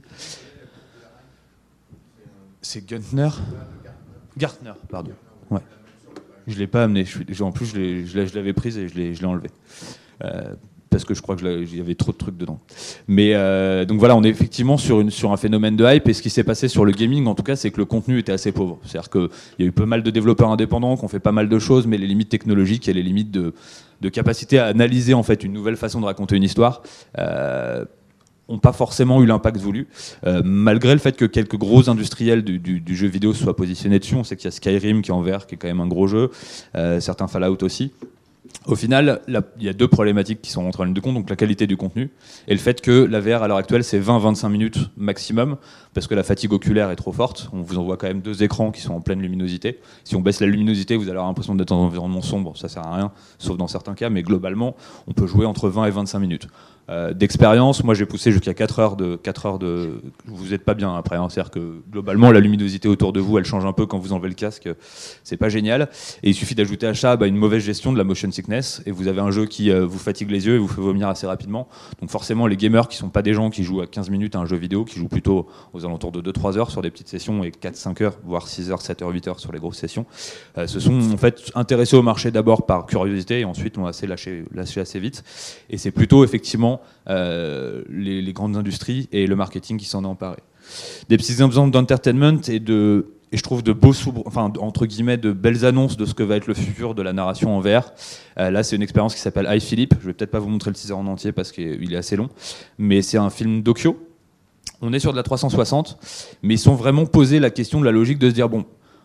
C'est Gartner Gartner, pardon. Ouais. Je ne l'ai pas amené. Je suis, en plus, je, l'ai, je l'avais prise et je l'ai, je l'ai enlevée. Euh, parce que je crois qu'il y avait trop de trucs dedans. Mais euh, donc voilà, on est effectivement sur, une, sur un phénomène de hype. Et ce qui s'est passé sur le gaming, en tout cas, c'est que le contenu était assez pauvre. C'est-à-dire qu'il y a eu pas mal de développeurs indépendants qui ont fait pas mal de choses, mais les limites technologiques et les limites de, de capacité à analyser en fait, une nouvelle façon de raconter une histoire euh, n'ont pas forcément eu l'impact voulu, euh, malgré le fait que quelques gros industriels du, du, du jeu vidéo soient positionnés dessus. On sait qu'il y a Skyrim qui est en V R, qui est quand même un gros jeu, euh, certains Fallout aussi. Au final, il y a deux problématiques qui sont rentrées en ligne de compte, donc la qualité du contenu et le fait que la V R à l'heure actuelle c'est vingt à vingt-cinq minutes maximum, parce que la fatigue oculaire est trop forte. On vous envoie quand même deux écrans qui sont en pleine luminosité. Si on baisse la luminosité, vous allez avoir l'impression d'être dans un environnement sombre, ça sert à rien, sauf dans certains cas, mais globalement, on peut jouer entre vingt et vingt-cinq minutes. Euh, d'expérience, moi j'ai poussé jusqu'à quatre heures de... quatre heures de vous n'êtes pas bien après, hein. C'est-à-dire que globalement la luminosité autour de vous elle change un peu quand vous enlevez le casque, c'est pas génial, et il suffit d'ajouter à ça bah, une mauvaise gestion de la motion sickness, et vous avez un jeu qui euh, vous fatigue les yeux et vous fait vomir assez rapidement. Donc forcément les gamers qui sont pas des gens qui jouent à quinze minutes à un jeu vidéo, qui jouent plutôt aux alentours de deux à trois heures sur des petites sessions et quatre à cinq heures, voire six heures, sept heures, huit heures sur les grosses sessions, euh, se sont en fait intéressés au marché d'abord par curiosité et ensuite l'ont assez lâché, lâché assez vite, et c'est plutôt effectivement Euh, les, les grandes industries et le marketing qui s'en est emparé. Des petits exemples d'entertainment et de, et je trouve de beaux sous, enfin entre guillemets de belles annonces de ce que va être le futur de la narration en V R. Euh, là, c'est une expérience qui s'appelle I, Philippe. Je vais peut-être pas vous montrer le teaser en entier parce qu'il est assez long, mais c'est un film d'Okyo. On est sur de la trois cent soixante, mais ils sont vraiment posé la question de la logique de se dire bon,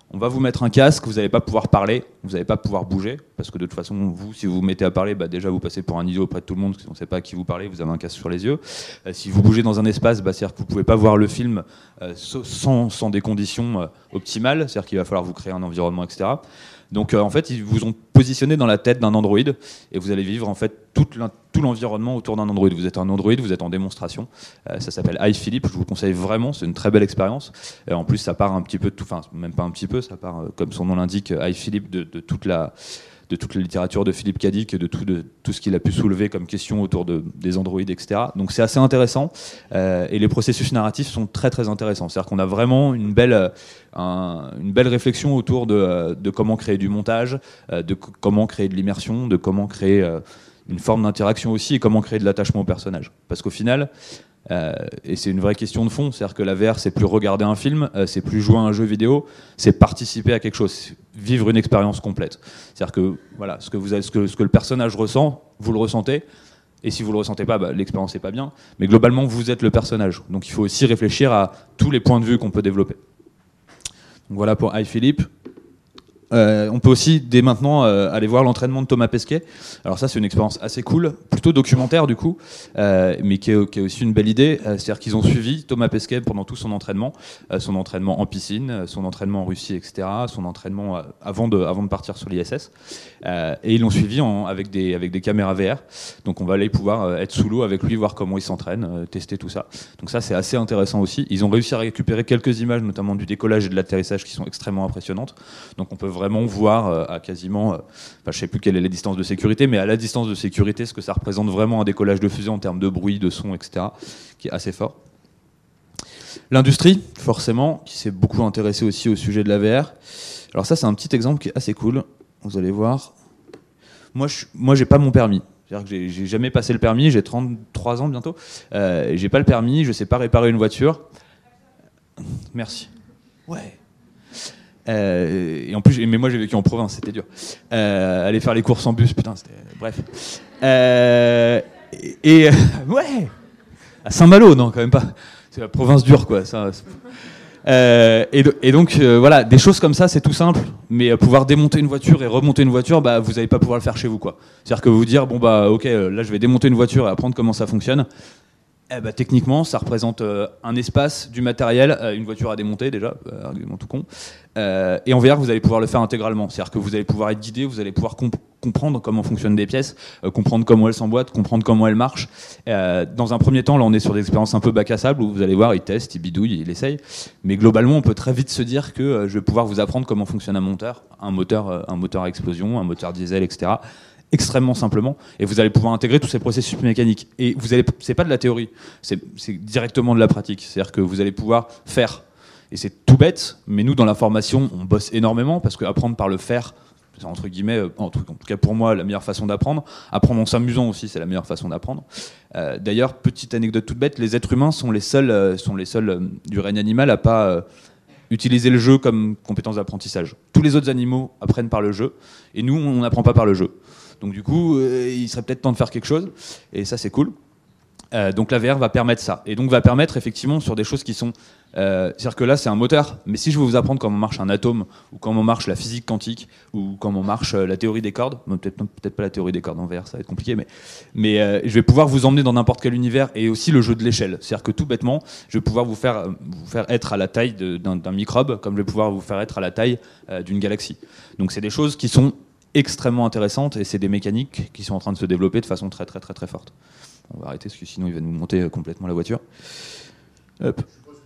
On va vous mettre un casque, vous n'allez pas pouvoir parler, vous n'allez pas pouvoir bouger, parce que de toute façon, vous, si vous vous mettez à parler, bah déjà vous passez pour un idiot auprès de tout le monde, parce qu'on ne sait pas à qui vous parlez, vous avez un casque sur les yeux. Euh, si vous bougez dans un espace, bah, c'est-à-dire que vous ne pouvez pas voir le film euh, sans, sans des conditions euh, optimales, c'est-à-dire qu'il va falloir vous créer un environnement, et cetera. Donc euh, en fait, ils vous ont positionné dans la tête d'un Android, et vous allez vivre en fait tout, tout l'environnement autour d'un Android. Vous êtes un Android, vous êtes en démonstration. Euh, ça s'appelle iPhilip, je vous conseille vraiment, c'est une très belle expérience. Euh, en plus, ça part un petit peu de tout, enfin même pas un petit peu, ça part, euh, comme son nom l'indique, iPhilip, de, de toute la de toute la littérature de Philippe Cadic, de tout, de tout ce qu'il a pu soulever comme question autour de, des Android, et cetera. Donc c'est assez intéressant, euh, et les processus narratifs sont très très intéressants. C'est-à-dire qu'on a vraiment une belle, un, une belle réflexion autour de, de comment créer du montage, de comment créer de l'immersion, de comment créer une forme d'interaction aussi, et comment créer de l'attachement au personnage. Parce qu'au final, Euh, et c'est une vraie question de fond, c'est-à-dire que la V R, c'est plus regarder un film, euh, c'est plus jouer à un jeu vidéo, c'est participer à quelque chose, vivre une expérience complète. C'est-à-dire que voilà, ce que, vous avez, ce, que, ce que le personnage ressent, vous le ressentez, et si vous le ressentez pas, bah, l'expérience n'est pas bien, mais globalement, vous êtes le personnage. Donc il faut aussi réfléchir à tous les points de vue qu'on peut développer. Donc voilà pour iPhilip. Euh, on peut aussi dès maintenant euh, aller voir l'entraînement de Thomas Pesquet. Alors ça c'est une expérience assez cool, plutôt documentaire du coup, euh, mais qui est, qui est aussi une belle idée. Euh, c'est-à-dire qu'ils ont suivi Thomas Pesquet pendant tout son entraînement, euh, son entraînement en piscine, son entraînement en Russie, et cetera, son entraînement euh, avant, de, avant de partir sur l'I S S. Euh, et ils l'ont suivi en, avec, des, avec des caméras V R. Donc on va aller pouvoir euh, être sous l'eau avec lui, voir comment il s'entraîne, euh, tester tout ça. Donc ça c'est assez intéressant aussi. Ils ont réussi à récupérer quelques images, notamment du décollage et de l'atterrissage, qui sont extrêmement impressionnantes. Donc on peut vraiment voir euh, à quasiment, euh, enfin, je sais plus quelle est la distance de sécurité, mais à la distance de sécurité, ce que ça représente vraiment un décollage de fusée en termes de bruit, de son, et cetera, qui est assez fort. L'industrie, forcément, qui s'est beaucoup intéressée aussi au sujet de la V R. Alors ça, c'est un petit exemple qui est assez cool. Vous allez voir. Moi, je, moi, j'ai pas mon permis. C'est-à-dire que j'ai, j'ai jamais passé le permis. J'ai trente-trois ans bientôt. Euh, j'ai pas le permis. Je sais pas réparer une voiture. Merci. Ouais. Euh, et en plus, mais moi j'ai vécu en province, c'était dur. Euh, aller faire les courses en bus, putain, c'était. Bref. Euh, et. et ouais à Saint-Malo, non, quand même pas. C'est la province dure, quoi. Ça, euh, et, et donc, euh, voilà, des choses comme ça, c'est tout simple. Mais euh, pouvoir démonter une voiture et remonter une voiture, bah, vous n'allez pas pouvoir le faire chez vous, quoi. C'est-à-dire que vous dire, bon, bah, ok, là je vais démonter une voiture et apprendre comment ça fonctionne. Eh ben, techniquement, ça représente euh, un espace, du matériel, euh, une voiture à démonter déjà, euh, argument tout con. Euh, et en V R, vous allez pouvoir le faire intégralement. C'est-à-dire que vous allez pouvoir être guidé, vous allez pouvoir comp- comprendre comment fonctionnent des pièces, euh, comprendre comment elles s'emboîtent, comprendre comment elles marchent. Euh, dans un premier temps, là, on est sur des expériences un peu bac à sable où vous allez voir, il teste, il bidouille, il essaye. Mais globalement, on peut très vite se dire que euh, je vais pouvoir vous apprendre comment fonctionne un moteur, un moteur, euh, un moteur à explosion, un moteur diesel, et cetera extrêmement simplement, et vous allez pouvoir intégrer tous ces processus mécaniques. Et vous allez, c'est pas de la théorie, c'est, c'est directement de la pratique. C'est-à-dire que vous allez pouvoir faire. Et c'est tout bête, mais nous, dans la formation, on bosse énormément, parce qu'apprendre par le faire, c'est entre guillemets, en tout, en tout cas pour moi, la meilleure façon d'apprendre. Apprendre en s'amusant aussi, c'est la meilleure façon d'apprendre. Euh, d'ailleurs, petite anecdote toute bête, les êtres humains sont les seuls, euh, sont les seuls euh, du règne animal à pas euh, utiliser le jeu comme compétence d'apprentissage. Tous les autres animaux apprennent par le jeu, et nous, on n'apprend pas par le jeu. Donc du coup, euh, il serait peut-être temps de faire quelque chose, et ça c'est cool. Euh, donc la V R va permettre ça, et donc va permettre effectivement sur des choses qui sont... Euh, c'est-à-dire que là c'est un moteur, mais si je veux vous apprendre comment marche un atome, ou comment marche la physique quantique, ou comment marche euh, la théorie des cordes, bon, peut-être, peut-être pas la théorie des cordes en V R, ça va être compliqué, mais, mais euh, je vais pouvoir vous emmener dans n'importe quel univers, et aussi le jeu de l'échelle. C'est-à-dire que tout bêtement, je vais pouvoir vous faire, vous faire être à la taille de, d'un, d'un microbe, comme je vais pouvoir vous faire être à la taille euh, d'une galaxie. Donc c'est des choses qui sont extrêmement intéressantes, et c'est des mécaniques qui sont en train de se développer de façon très très très très forte. On va arrêter parce que sinon il va nous monter complètement la voiture. Hop.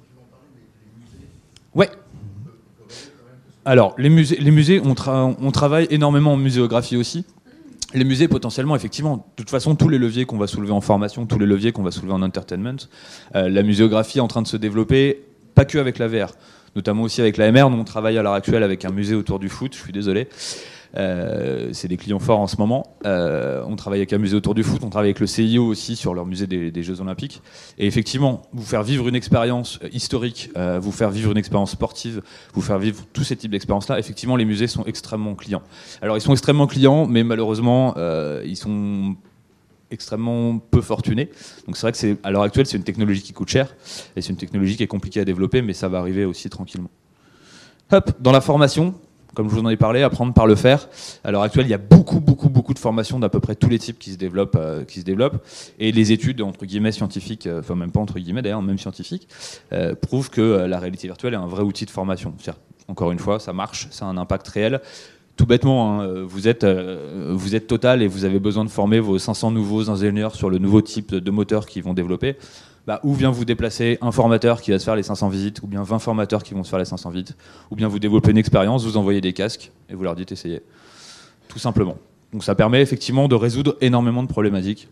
Ouais. Alors les musées, les musées on, tra- on travaille énormément en muséographie aussi. Les musées potentiellement, effectivement, de toute façon tous les leviers qu'on va soulever en formation, tous les leviers qu'on va soulever en entertainment, euh, la muséographie est en train de se développer, pas que avec la V R, notamment aussi avec la M R. Nous on travaille à l'heure actuelle avec un musée autour du foot, je suis désolé. Euh, c'est des clients forts en ce moment. Euh, on travaille avec un musée autour du foot, on travaille avec le C I O aussi sur leur musée des, des Jeux Olympiques. Et effectivement, vous faire vivre une expérience historique, euh, vous faire vivre une expérience sportive, vous faire vivre tous ces types d'expériences-là, effectivement, les musées sont extrêmement clients. Alors, ils sont extrêmement clients, mais malheureusement, euh, ils sont extrêmement peu fortunés. Donc, c'est vrai que c'est, à l'heure actuelle, c'est une technologie qui coûte cher et c'est une technologie qui est compliquée à développer, mais ça va arriver aussi tranquillement. Hop, dans la formation, comme je vous en ai parlé, apprendre par le faire. À l'heure actuelle, il y a beaucoup, beaucoup, beaucoup de formations d'à peu près tous les types qui se développent, euh, qui se développent. Et les études, entre guillemets, scientifiques, euh, enfin même pas entre guillemets d'ailleurs, même scientifiques, euh, prouvent que euh, la réalité virtuelle est un vrai outil de formation. C'est-à-dire, encore une fois, ça marche, ça a un impact réel. Tout bêtement, hein, vous êtes, euh, vous êtes Total et vous avez besoin de former vos cinq cents nouveaux ingénieurs sur le nouveau type de moteur qu'ils vont développer. Bah, ou bien vous déplacer un formateur qui va se faire les cinq cents visites, ou bien vingt formateurs qui vont se faire les cinq cents visites, ou bien vous développez une expérience, vous envoyez des casques et vous leur dites essayez. Tout simplement. Donc ça permet effectivement de résoudre énormément de problématiques.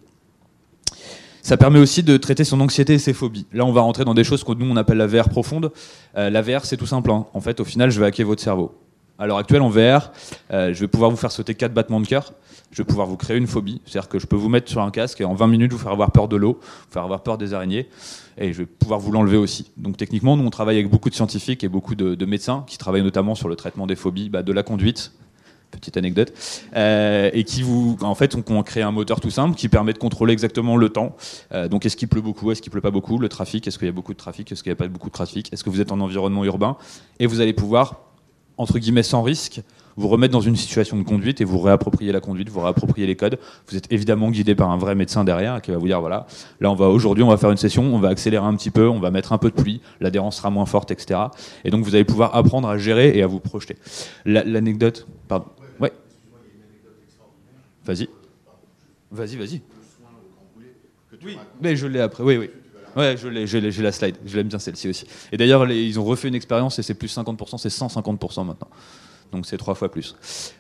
Ça permet aussi de traiter son anxiété et ses phobies. Là, on va rentrer dans des choses que nous, on appelle la V R profonde. Euh, la V R, c'est tout simple. Hein. En fait, au final, je vais hacker votre cerveau. À l'heure actuelle, en V R, euh, je vais pouvoir vous faire sauter quatre battements de cœur. Je vais pouvoir vous créer une phobie. C'est-à-dire que je peux vous mettre sur un casque et en vingt minutes vous faire avoir peur de l'eau, vous faire avoir peur des araignées. Et je vais pouvoir vous l'enlever aussi. Donc techniquement, nous, on travaille avec beaucoup de scientifiques et beaucoup de, de médecins qui travaillent notamment sur le traitement des phobies, bah, de la conduite. Petite anecdote. Euh, et qui vous, en fait, on, on crée un moteur tout simple qui permet de contrôler exactement le temps. Euh, donc, est-ce qu'il pleut beaucoup, est-ce qu'il pleut pas beaucoup, le trafic, est-ce qu'il y a beaucoup de trafic, est-ce qu'il n'y a pas beaucoup de trafic, est-ce que vous êtes en environnement urbain. Et vous allez pouvoir, entre guillemets, sans risque, vous remettre dans une situation de conduite et vous réapproprier la conduite, vous réapproprier les codes. Vous êtes évidemment guidé par un vrai médecin derrière qui va vous dire voilà, là on va aujourd'hui on va faire une session, on va accélérer un petit peu, on va mettre un peu de pluie, l'adhérence sera moins forte, et cetera. Et donc vous allez pouvoir apprendre à gérer et à vous projeter. La, l'anecdote, pardon. Ouais. Vas-y. Vas-y, vas-y. Oui, mais je l'ai après. Oui, oui. Ouais, je l'ai, je l'ai, j'ai la slide. Je l'aime bien celle-ci aussi. Et d'ailleurs, les, ils ont refait une expérience et c'est plus cinquante pour cent, c'est cent cinquante pour cent maintenant. Donc c'est trois fois plus.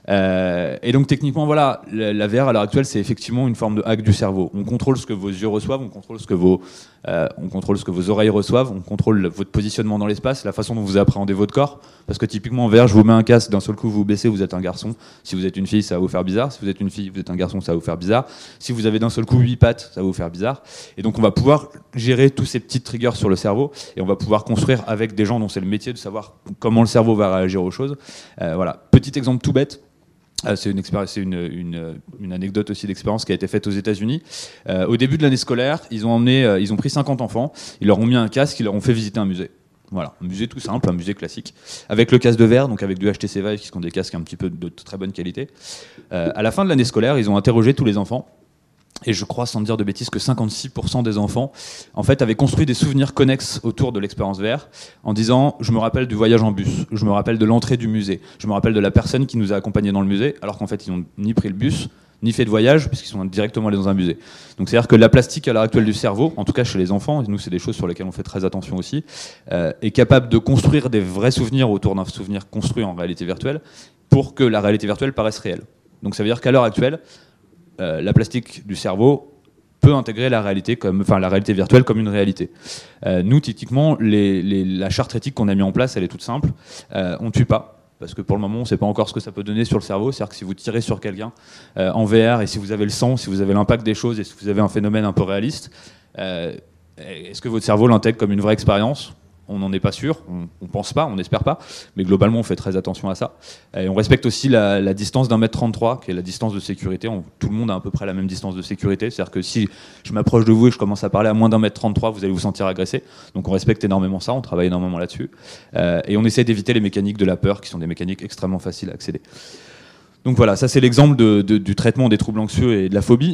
Euh, et donc techniquement, voilà, la, la V R à l'heure actuelle, c'est effectivement une forme de hack du cerveau. On contrôle ce que vos yeux reçoivent, on contrôle ce que vos, euh, on contrôle ce que vos oreilles reçoivent, on contrôle votre positionnement dans l'espace, la façon dont vous appréhendez votre corps. Parce que typiquement en V R, je vous mets un casque, d'un seul coup vous vous baissez, vous êtes un garçon. Si vous êtes une fille, ça va vous faire bizarre. Si vous êtes une fille, vous êtes un garçon, ça va vous faire bizarre. Si vous avez d'un seul coup huit pattes, ça va vous faire bizarre. Et donc on va pouvoir gérer tous ces petites triggers sur le cerveau et on va pouvoir construire avec des gens dont c'est le métier de savoir comment le cerveau va réagir aux choses. Euh, voilà. Petit exemple tout bête. Euh, c'est une, expérience, c'est une, une, une anecdote aussi d'expérience qui a été faite aux États-Unis. Euh, au début de l'année scolaire, ils ont emmené, euh, ils ont pris cinquante enfants, ils leur ont mis un casque, ils leur ont fait visiter un musée. Voilà, un musée tout simple, un musée classique, avec le casque de verre, donc avec du H T C Vive, qui sont des casques un petit peu de très bonne qualité. Euh, à la fin de l'année scolaire, ils ont interrogé tous les enfants. Et je crois, sans dire de bêtises, que cinquante-six pour cent des enfants en fait, avaient construit des souvenirs connexes autour de l'expérience V R en disant « je me rappelle du voyage en bus, je me rappelle de l'entrée du musée, je me rappelle de la personne qui nous a accompagnés dans le musée », alors qu'en fait, ils n'ont ni pris le bus, ni fait de voyage, puisqu'ils sont directement allés dans un musée. Donc c'est-à-dire que la plastique à l'heure actuelle du cerveau, en tout cas chez les enfants, et nous c'est des choses sur lesquelles on fait très attention aussi, euh, est capable de construire des vrais souvenirs autour d'un souvenir construit en réalité virtuelle pour que la réalité virtuelle paraisse réelle. Donc ça veut dire qu'à l'heure actuelle, Euh, la plastique du cerveau peut intégrer la réalité, comme, enfin, la réalité virtuelle comme une réalité. Euh, nous, typiquement, les, les, la charte éthique qu'on a mis en place, elle est toute simple. Euh, on ne tue pas, parce que pour le moment, on ne sait pas encore ce que ça peut donner sur le cerveau. C'est-à-dire que si vous tirez sur quelqu'un euh, en V R, et si vous avez le sang, si vous avez l'impact des choses, et si vous avez un phénomène un peu réaliste, euh, est-ce que votre cerveau l'intègre comme une vraie expérience ? On n'en est pas sûr, on ne pense pas, on n'espère pas, mais globalement on fait très attention à ça. Et on respecte aussi la, la distance d'un mètre trente-trois, qui est la distance de sécurité. On, tout le monde a à peu près la même distance de sécurité, c'est-à-dire que si je m'approche de vous et je commence à parler à moins d'un mètre trente-trois, vous allez vous sentir agressé. Donc on respecte énormément ça, on travaille énormément là-dessus. Euh, et on essaie d'éviter les mécaniques de la peur, qui sont des mécaniques extrêmement faciles à accéder. Donc voilà, ça c'est l'exemple de, de, du traitement des troubles anxieux et de la phobie.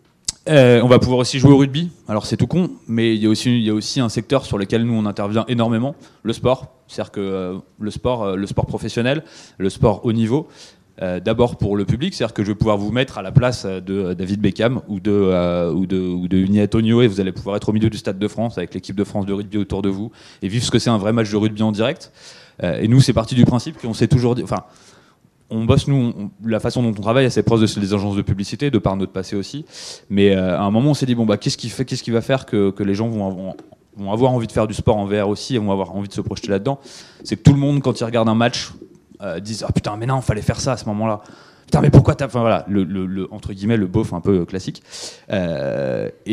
Euh, on va pouvoir aussi jouer au rugby. Alors c'est tout con, mais il y a aussi, il y a aussi un secteur sur lequel nous on intervient énormément, le sport. C'est-à-dire que euh, le sport, euh, le sport professionnel, le sport haut niveau, euh, d'abord pour le public, c'est-à-dire que je vais pouvoir vous mettre à la place de David Beckham ou de euh, ou de ou de Uni Antonio et vous allez pouvoir être au milieu du Stade de France avec l'équipe de France de rugby autour de vous et vivre ce que c'est un vrai match de rugby en direct. Euh, et nous c'est parti du principe qu'on s'est toujours dit, enfin. On bosse, nous, on, la façon dont on travaille, c'est proche de les agences de publicité, de par notre passé aussi. Mais euh, à un moment, on s'est dit, bon, bah, qu'est-ce qui, fait, qu'est-ce qui va faire que, que les gens vont avoir, vont avoir envie de faire du sport en V R aussi et vont avoir envie de se projeter là-dedans. C'est que tout le monde, quand il regarde un match, euh, disent, ah putain, mais non, fallait faire ça à ce moment-là. Putain, mais pourquoi t'as. Enfin voilà, le, le, le, entre guillemets, le beauf un peu classique. Euh, et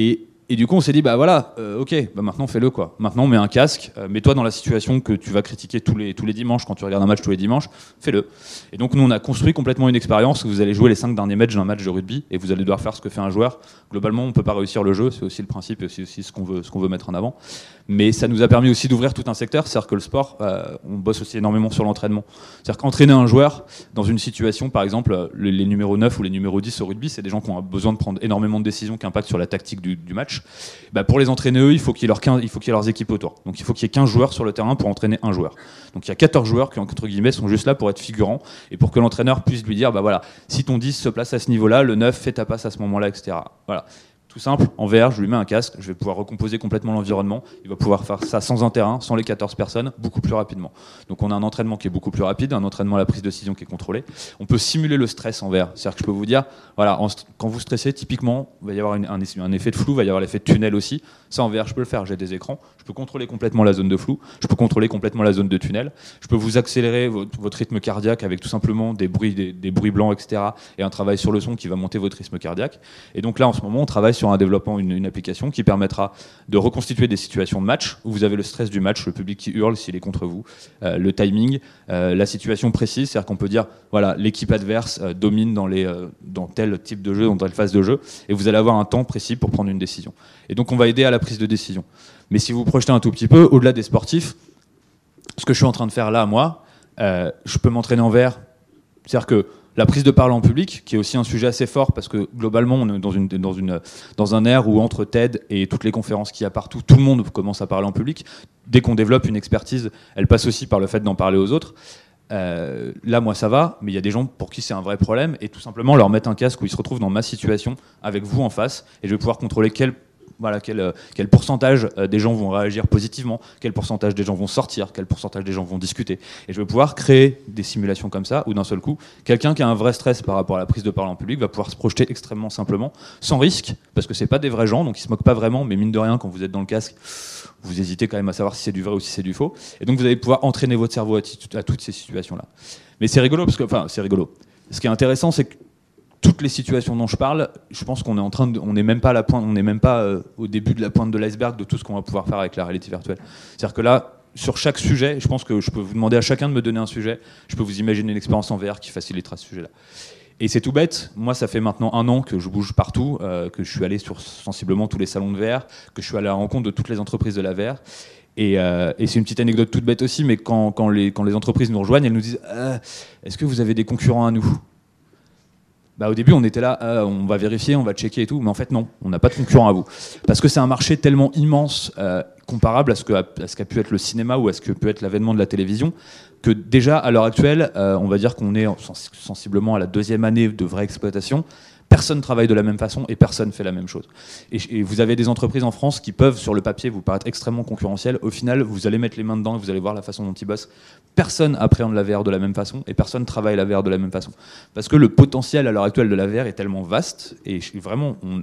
Et du coup, on s'est dit, bah voilà, euh, ok, bah maintenant fais-le quoi. Maintenant, on met un casque, euh, mets-toi dans la situation que tu vas critiquer tous les, tous les dimanches quand tu regardes un match tous les dimanches, fais-le. Et donc, nous, on a construit complètement une expérience où vous allez jouer les cinq derniers matchs d'un match de rugby et vous allez devoir faire ce que fait un joueur. Globalement, on ne peut pas réussir le jeu, c'est aussi le principe et c'est aussi ce qu'on veut, ce qu'on veut mettre en avant. Mais ça nous a permis aussi d'ouvrir tout un secteur, c'est-à-dire que le sport, euh, on bosse aussi énormément sur l'entraînement. C'est-à-dire qu'entraîner un joueur dans une situation, par exemple, les, les numéros neuf ou les numéros dix au rugby, c'est des gens qui ont besoin de prendre énormément de décisions qui impactent sur la tactique du, du match. Bah, pour les entraîner eux, il faut qu'il y ait leurs quinze, il faut qu'il y ait leurs équipes autour. Donc il faut qu'il y ait quinze joueurs sur le terrain pour entraîner un joueur. Donc il y a quatorze joueurs qui, entre guillemets, sont juste là pour être figurants et pour que l'entraîneur puisse lui dire, bah voilà, si ton dix se place à ce niveau-là, le neuf fait ta passe à ce moment-là, et cetera. Voilà. Tout simple, en V R, je lui mets un casque, je vais pouvoir recomposer complètement l'environnement, il va pouvoir faire ça sans un terrain, sans les quatorze personnes, beaucoup plus rapidement. Donc on a un entraînement qui est beaucoup plus rapide, un entraînement à la prise de décision qui est contrôlé. On peut simuler le stress en V R, c'est-à-dire que je peux vous dire, voilà, en, quand vous stressez, typiquement, il va y avoir une, un, un effet de flou, il va y avoir l'effet de tunnel aussi. Ça en V R, je peux le faire, j'ai des écrans, je peux contrôler complètement la zone de flou, je peux contrôler complètement la zone de tunnel, je peux vous accélérer votre, votre rythme cardiaque avec tout simplement des bruits, des, des bruits blancs, et cetera. Et un travail sur le son qui va monter votre rythme cardiaque. Et donc là, en ce moment, on travaille sur un développement, une, une application qui permettra de reconstituer des situations de match où vous avez le stress du match, le public qui hurle s'il est contre vous, euh, le timing, euh, la situation précise, c'est-à-dire qu'on peut dire voilà, l'équipe adverse euh, domine dans, les, euh, dans tel type de jeu, dans telle phase de jeu, et vous allez avoir un temps précis pour prendre une décision. Et donc on va aider à la prise de décision. Mais si vous vous projetez un tout petit peu, au-delà des sportifs, ce que je suis en train de faire là, moi, euh, je peux m'entraîner en V R. C'est-à-dire que la prise de parole en public, qui est aussi un sujet assez fort, parce que globalement, on est dans, une, dans, une, dans un air où entre TED et toutes les conférences qu'il y a partout, tout le monde commence à parler en public. Dès qu'on développe une expertise, elle passe aussi par le fait d'en parler aux autres. Euh, là, moi, ça va, mais il y a des gens pour qui c'est un vrai problème, et tout simplement leur mettre un casque où ils se retrouvent dans ma situation, avec vous en face, et je vais pouvoir contrôler quel Voilà, quel, quel pourcentage des gens vont réagir positivement, quel pourcentage des gens vont sortir, quel pourcentage des gens vont discuter. Et je vais pouvoir créer des simulations comme ça, où d'un seul coup, quelqu'un qui a un vrai stress par rapport à la prise de parole en public va pouvoir se projeter extrêmement simplement, sans risque, parce que c'est pas des vrais gens, donc ils se moquent pas vraiment, mais mine de rien, quand vous êtes dans le casque, vous hésitez quand même à savoir si c'est du vrai ou si c'est du faux. Et donc vous allez pouvoir entraîner votre cerveau à, t- à toutes ces situations-là. Mais c'est rigolo, parce que, enfin, c'est rigolo. Ce qui est intéressant, c'est que toutes les situations dont je parle, je pense qu'on est en train de, on n'est même pas à la pointe, on n'est même pas euh, au début de la pointe de l'iceberg de tout ce qu'on va pouvoir faire avec la réalité virtuelle. C'est-à-dire que là, sur chaque sujet, je pense que je peux vous demander à chacun de me donner un sujet, je peux vous imaginer une expérience en V R qui facilitera ce sujet-là. Et c'est tout bête, moi ça fait maintenant un an que je bouge partout, euh, que je suis allé sur sensiblement tous les salons de V R, que je suis allé à la rencontre de toutes les entreprises de la V R. Et, euh, et c'est une petite anecdote toute bête aussi, mais quand, quand, les, quand les entreprises nous rejoignent, elles nous disent euh, « Est-ce que vous avez des concurrents à nous » Bah, au début, on était là, euh, on va vérifier, on va checker et tout, mais en fait, non, on n'a pas de concurrent à vous. Parce que c'est un marché tellement immense, euh, comparable à ce, que, à ce qu'a pu être le cinéma ou à ce que peut être l'avènement de la télévision, que déjà, à l'heure actuelle, euh, on va dire qu'on est sens- sensiblement à la deuxième année de vraie exploitation. Personne travaille de la même façon et personne fait la même chose. Et, et vous avez des entreprises en France qui peuvent, sur le papier, vous paraître extrêmement concurrentielles. Au final, vous allez mettre les mains dedans et vous allez voir la façon dont ils bossent. Personne appréhende la V R de la même façon et personne travaille la V R de la même façon. Parce que le potentiel à l'heure actuelle de la V R est tellement vaste et je, vraiment, on,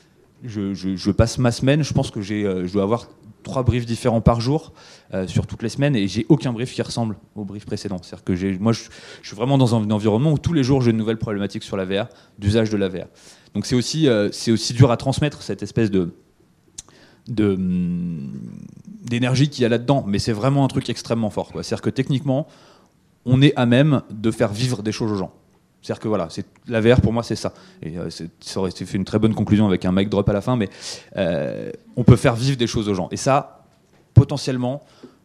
je, je, je passe ma semaine, je pense que j'ai, euh, je dois avoir trois briefs différents par jour euh, sur toutes les semaines et j'ai aucun brief qui ressemble au brief précédent. C'est-à-dire que j'ai, moi, je, je suis vraiment dans un, un environnement où tous les jours j'ai une nouvelle problématique sur la V R, d'usage de la V R. Donc c'est aussi, euh, c'est aussi dur à transmettre cette espèce de, de d'énergie qu'il y a là-dedans, mais c'est vraiment un truc extrêmement fort, quoi. C'est-à-dire que techniquement, on est à même de faire vivre des choses aux gens. C'est-à-dire que voilà, c'est, la V R pour moi c'est ça. Et euh, c'est, ça aurait fait une très bonne conclusion avec un mic drop à la fin, mais euh, on peut faire vivre des choses aux gens. Et ça, potentiellement,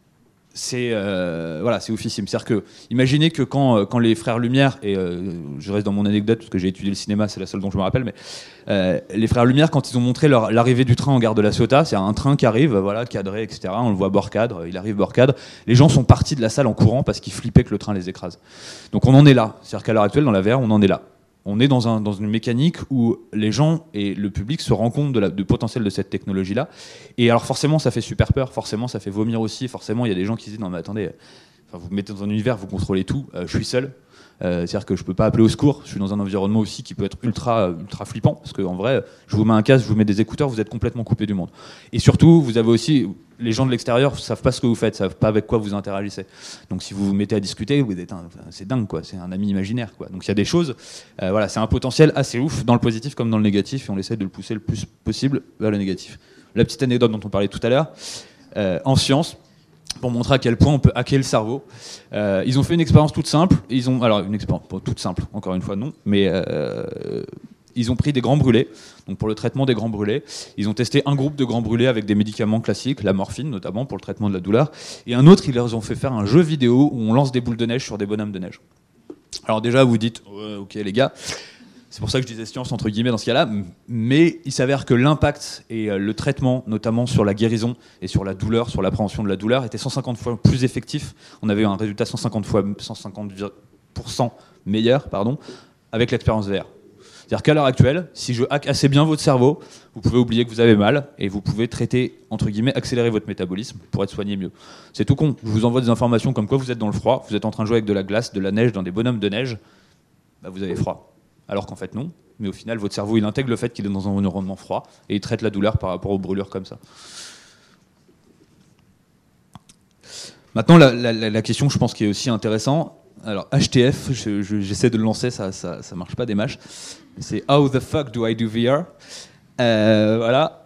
c'est euh, voilà, c'est oufissime. C'est-à-dire que, imaginez que quand, quand les frères Lumière, et euh, je reste dans mon anecdote parce que j'ai étudié le cinéma, c'est la seule dont je me rappelle, mais euh, les frères Lumière, quand ils ont montré leur, l'arrivée du train en gare de la Ciotat, c'est un train qui arrive, voilà, cadré, et cetera. On le voit bord cadre, il arrive bord cadre. Les gens sont partis de la salle en courant parce qu'ils flippaient que le train les écrase. Donc on en est là. C'est-à-dire qu'à l'heure actuelle, dans la V R, on en est là. On est dans, un, dans une mécanique où les gens et le public se rendent compte de la, du potentiel de cette technologie-là. Et alors forcément, ça fait super peur, forcément, ça fait vomir aussi. Forcément, il y a des gens qui se disent « Non mais attendez, enfin, vous me mettez dans un univers, vous contrôlez tout, euh, je suis seul. Euh, c'est-à-dire que je peux pas appeler au secours. Je suis dans un environnement aussi qui peut être ultra, ultra flippant, parce qu'en vrai, je vous mets un casque, je vous mets des écouteurs, vous êtes complètement coupé du monde. Et surtout, vous avez aussi les gens de l'extérieur savent pas ce que vous faites, savent pas avec quoi vous interagissez. Donc si vous vous mettez à discuter, vous êtes un, c'est dingue quoi, c'est un ami imaginaire quoi. Donc il y a des choses, euh, voilà, c'est un potentiel assez ouf dans le positif comme dans le négatif, et on essaie de le pousser le plus possible vers le négatif. La petite anecdote dont on parlait tout à l'heure, euh, en sciences, pour montrer à quel point on peut hacker le cerveau, euh, ils ont fait une expérience toute simple. Ils ont, alors une expérience bon, toute simple, encore une fois non, mais euh, ils ont pris des grands brûlés, donc pour le traitement des grands brûlés, ils ont testé un groupe de grands brûlés avec des médicaments classiques, la morphine notamment pour le traitement de la douleur, et un autre, ils leur ont fait faire un jeu vidéo où on lance des boules de neige sur des bonhommes de neige. Alors déjà, vous dites, ouais, ok les gars, c'est pour ça que je disais science entre guillemets dans ce cas-là, mais il s'avère que l'impact et le traitement, notamment sur la guérison et sur la douleur, sur l'appréhension de la douleur, était cent cinquante fois plus effectif. On avait eu un résultat cent cinquante fois, cent cinquante pour cent meilleur, pardon, avec l'expérience V R. C'est-à-dire qu'à l'heure actuelle, si je hack assez bien votre cerveau, vous pouvez oublier que vous avez mal et vous pouvez traiter, entre guillemets, accélérer votre métabolisme pour être soigné mieux. C'est tout con. Je vous envoie des informations comme quoi vous êtes dans le froid, vous êtes en train de jouer avec de la glace, de la neige, dans des bonhommes de neige, bah vous avez froid. Alors qu'en fait non, mais au final votre cerveau il intègre le fait qu'il est dans un environnement froid et il traite la douleur par rapport aux brûlures comme ça. Maintenant la, la, la question je pense qui est aussi intéressante, alors H T F, je, je, j'essaie de le lancer, ça, ça, ça marche pas des masses, c'est How the fuck do I do V R, euh, voilà.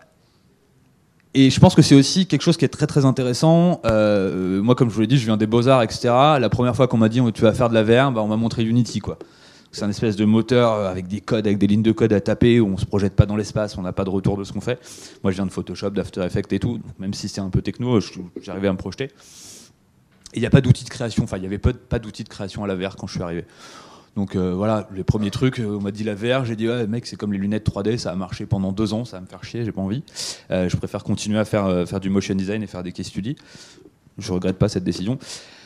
Et je pense que c'est aussi quelque chose qui est très très intéressant. Euh, moi comme je vous l'ai dit, je viens des Beaux-Arts, et cetera. La première fois qu'on m'a dit tu vas faire de la V R, bah, on m'a montré Unity quoi. C'est un espèce de moteur avec des codes, avec des lignes de code à taper, où on se projette pas dans l'espace, on n'a pas de retour de ce qu'on fait. Moi, je viens de Photoshop, d'After Effects et tout, même si c'est un peu techno, j'arrivais à me projeter. Et il n'y a pas d'outils de création, enfin, il n'y avait pas, pas d'outils de création à la V R quand je suis arrivé. Donc euh, voilà, les premiers trucs, on m'a dit la V R, j'ai dit ouais mec, c'est comme les lunettes trois D, ça a marché pendant deux ans, ça va me faire chier, j'ai pas envie. Euh, je préfère continuer à faire, euh, faire du motion design et faire des case studies. Je regrette pas cette décision.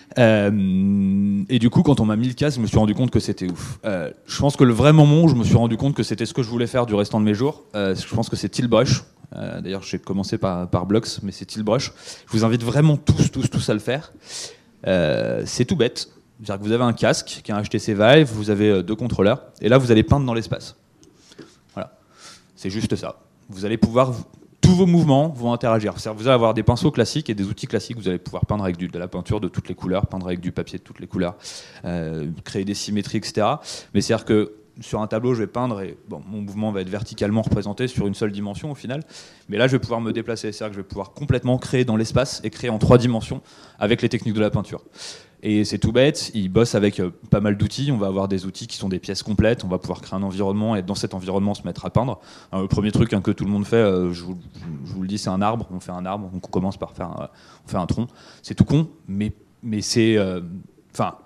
Euh, et du coup, quand on m'a mis le casque, je me suis rendu compte que c'était ouf. Euh, je pense que le vrai moment où je me suis rendu compte que c'était ce que je voulais faire du restant de mes jours, euh, je pense que c'est Tiltbrush. Euh, d'ailleurs, j'ai commencé par, par Blocks, mais c'est Tiltbrush. Je vous invite vraiment tous, tous, tous à le faire. Euh, c'est tout bête. C'est-à-dire que vous avez un casque qui est un H T C Vive, vous avez deux contrôleurs, et là, vous allez peindre dans l'espace. Voilà. C'est juste ça. Vous allez pouvoir... Tous vos mouvements vont interagir. C'est-à-dire que vous allez avoir des pinceaux classiques et des outils classiques. Vous allez pouvoir peindre avec du, de la peinture de toutes les couleurs, peindre avec du papier de toutes les couleurs, euh, créer des symétries, et cetera. Mais c'est-à-dire que sur un tableau, je vais peindre et bon, mon mouvement va être verticalement représenté sur une seule dimension au final. Mais là, je vais pouvoir me déplacer. C'est-à-dire que je vais pouvoir complètement créer dans l'espace et créer en trois dimensions avec les techniques de la peinture. Et c'est tout bête, ils bossent avec euh, pas mal d'outils, on va avoir des outils qui sont des pièces complètes, on va pouvoir créer un environnement et dans cet environnement se mettre à peindre. Alors, le premier truc hein, que tout le monde fait, euh, je, vous, je vous le dis, c'est un arbre, on fait un arbre, donc on commence par faire un, on fait un tronc. C'est tout con, mais, mais c'est... Enfin...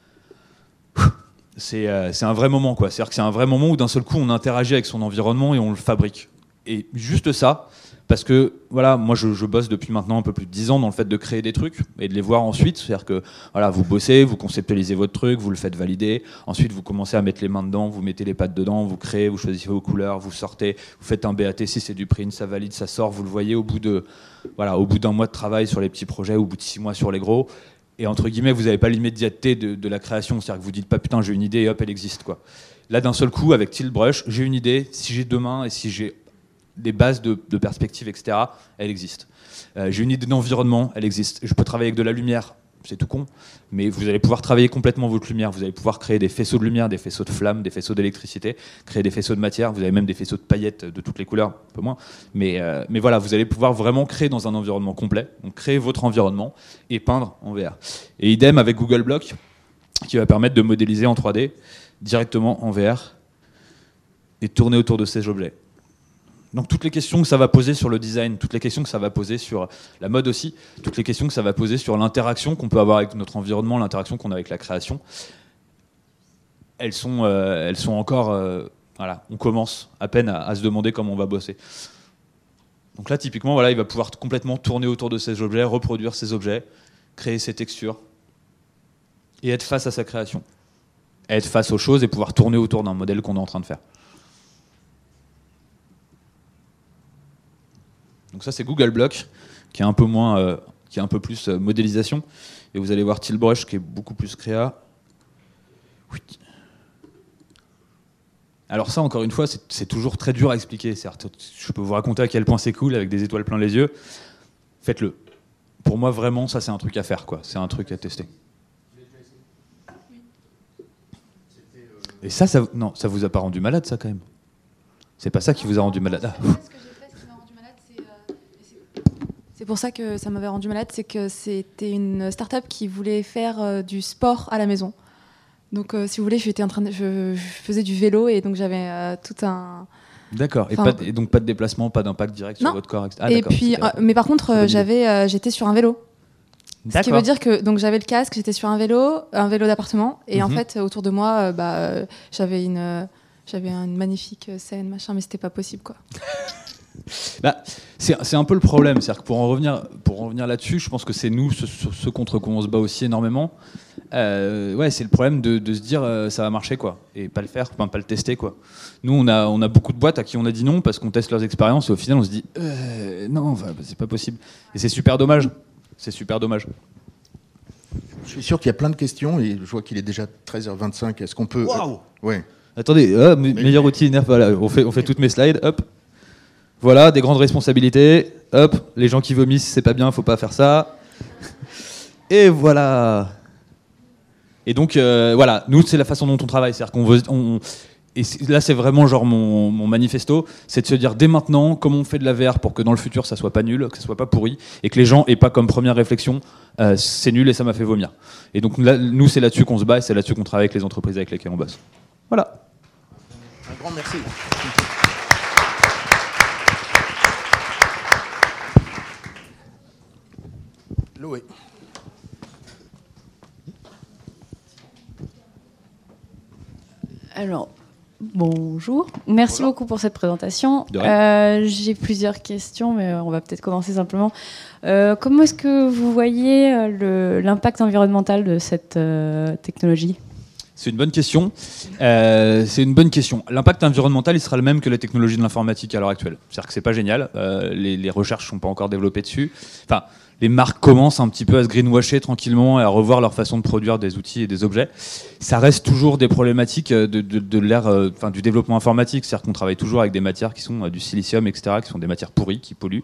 Euh, c'est euh, un vrai moment, quoi. C'est-à-dire que c'est un vrai moment où d'un seul coup on interagit avec son environnement et on le fabrique. Et juste ça... Parce que voilà, moi je, je bosse depuis maintenant un peu plus de dix ans dans le fait de créer des trucs et de les voir ensuite. C'est-à-dire que voilà, vous bossez, vous conceptualisez votre truc, vous le faites valider. Ensuite, vous commencez à mettre les mains dedans, vous mettez les pattes dedans, vous créez, vous choisissez vos couleurs, vous sortez, vous faites un B A T si c'est du print, ça valide, ça sort. Vous le voyez au bout de voilà, au bout d'un mois de travail sur les petits projets, au bout de six mois sur les gros. Et entre guillemets, vous n'avez pas l'immédiateté de, de la création. C'est-à-dire que vous dites pas putain, j'ai une idée et hop, elle existe quoi. Là, d'un seul coup, avec Tiltbrush, j'ai une idée. Si j'ai deux mains et si j'ai des bases de, de perspective, et cetera, elle existe. Euh, j'ai une idée d'environnement, elle existe. Je peux travailler avec de la lumière, c'est tout con, mais vous allez pouvoir travailler complètement votre lumière. Vous allez pouvoir créer des faisceaux de lumière, des faisceaux de flammes, des faisceaux d'électricité, créer des faisceaux de matière. Vous avez même des faisceaux de paillettes de toutes les couleurs, un peu moins. Mais, euh, mais voilà, vous allez pouvoir vraiment créer dans un environnement complet, donc créer votre environnement et peindre en V R. Et idem avec Google Block, qui va permettre de modéliser en trois D directement en V R et tourner autour de ces objets. Donc toutes les questions que ça va poser sur le design, toutes les questions que ça va poser sur la mode aussi, toutes les questions que ça va poser sur l'interaction qu'on peut avoir avec notre environnement, l'interaction qu'on a avec la création, elles sont, euh, elles sont encore... Euh, voilà, on commence à peine à, à se demander comment on va bosser. Donc là, typiquement, voilà, il va pouvoir complètement tourner autour de ces objets, reproduire ces objets, créer ces textures, et être face à sa création. Être face aux choses et pouvoir tourner autour d'un modèle qu'on est en train de faire. Donc ça c'est Google Block qui est un peu moins, euh, qui est un peu plus euh, modélisation. Et vous allez voir Tiltbrush qui est beaucoup plus créa. Oui. Alors ça, encore une fois, c'est, c'est toujours très dur à expliquer. Certes, je peux vous raconter à quel point c'est cool avec des étoiles plein les yeux. Faites-le. Pour moi, vraiment, ça, c'est un truc à faire, quoi. C'est un truc à tester. Et ça, ça, non, ça vous a pas rendu malade, ça, quand même. C'est pas ça qui vous a rendu malade. Ah. C'est pour ça que ça m'avait rendu malade, c'est que c'était une start-up qui voulait faire euh, du sport à la maison. Donc, euh, si vous voulez, j'étais en train de, je, je faisais du vélo et donc j'avais euh, tout un. D'accord. Et, Enfin, pas, et donc pas de déplacement, pas d'impact direct non. sur votre corps. Ah, et puis, euh, mais par contre, euh, j'avais, euh, j'étais sur un vélo. D'accord. Ce qui veut dire que donc j'avais le casque, j'étais sur un vélo, un vélo d'appartement, et Mm-hmm. en fait autour de moi, euh, bah, euh, j'avais une, euh, j'avais une magnifique scène, machin, mais c'était pas possible, quoi. Bah, c'est, c'est un peu le problème, c'est-à-dire que pour en revenir, pour en revenir là-dessus, je pense que c'est nous, ce, ce, ce contre quoi on se bat aussi énormément. Euh, ouais, c'est le problème de, de se dire euh, ça va marcher, quoi, et pas le faire, enfin, pas le tester, quoi. Nous, on a, on a beaucoup de boîtes à qui on a dit non parce qu'on teste leurs expériences et au final on se dit euh, non, enfin, c'est pas possible. Et c'est super dommage. C'est super dommage. Je suis sûr qu'il y a plein de questions et je vois qu'il est déjà treize heures vingt-cinq. Est-ce qu'on peut... Waouh euh, ouais. Attendez, euh, me- meilleur outil, voilà, on fait, on fait toutes mes slides, hop. Voilà, des grandes responsabilités, hop, les gens qui vomissent, c'est pas bien, faut pas faire ça. Et voilà. Et donc, euh, voilà, nous, c'est la façon dont on travaille, c'est-à-dire qu'on veut... On, et c'est- là, c'est vraiment genre mon, mon manifesto, c'est de se dire dès maintenant comment on fait de la V R pour que dans le futur ça soit pas nul, que ça soit pas pourri, et que les gens aient pas comme première réflexion euh, c'est nul et ça m'a fait vomir. Et donc là, nous, c'est là-dessus qu'on se bat, et c'est là-dessus qu'on travaille avec les entreprises avec lesquelles on bosse. Voilà. Un grand merci. Loé. Alors, bonjour. Merci Bonjour. beaucoup pour cette présentation. De rien. Euh, j'ai plusieurs questions, mais on va peut-être commencer simplement. Euh, comment est-ce que vous voyez euh, le- l'impact environnemental de cette euh, technologie ? C'est une bonne question. Euh, c'est une bonne question. L'impact environnemental, il sera le même que la technologie de l'informatique à l'heure actuelle. C'est-à-dire que c'est pas génial. Euh, les, les recherches sont pas encore développées dessus. Enfin, les marques commencent un petit peu à se greenwasher tranquillement et à revoir leur façon de produire des outils et des objets. Ça reste toujours des problématiques de, de, de l'ère, euh, enfin, du développement informatique. C'est-à-dire qu'on travaille toujours avec des matières qui sont euh, du silicium, et cetera, qui sont des matières pourries, qui polluent.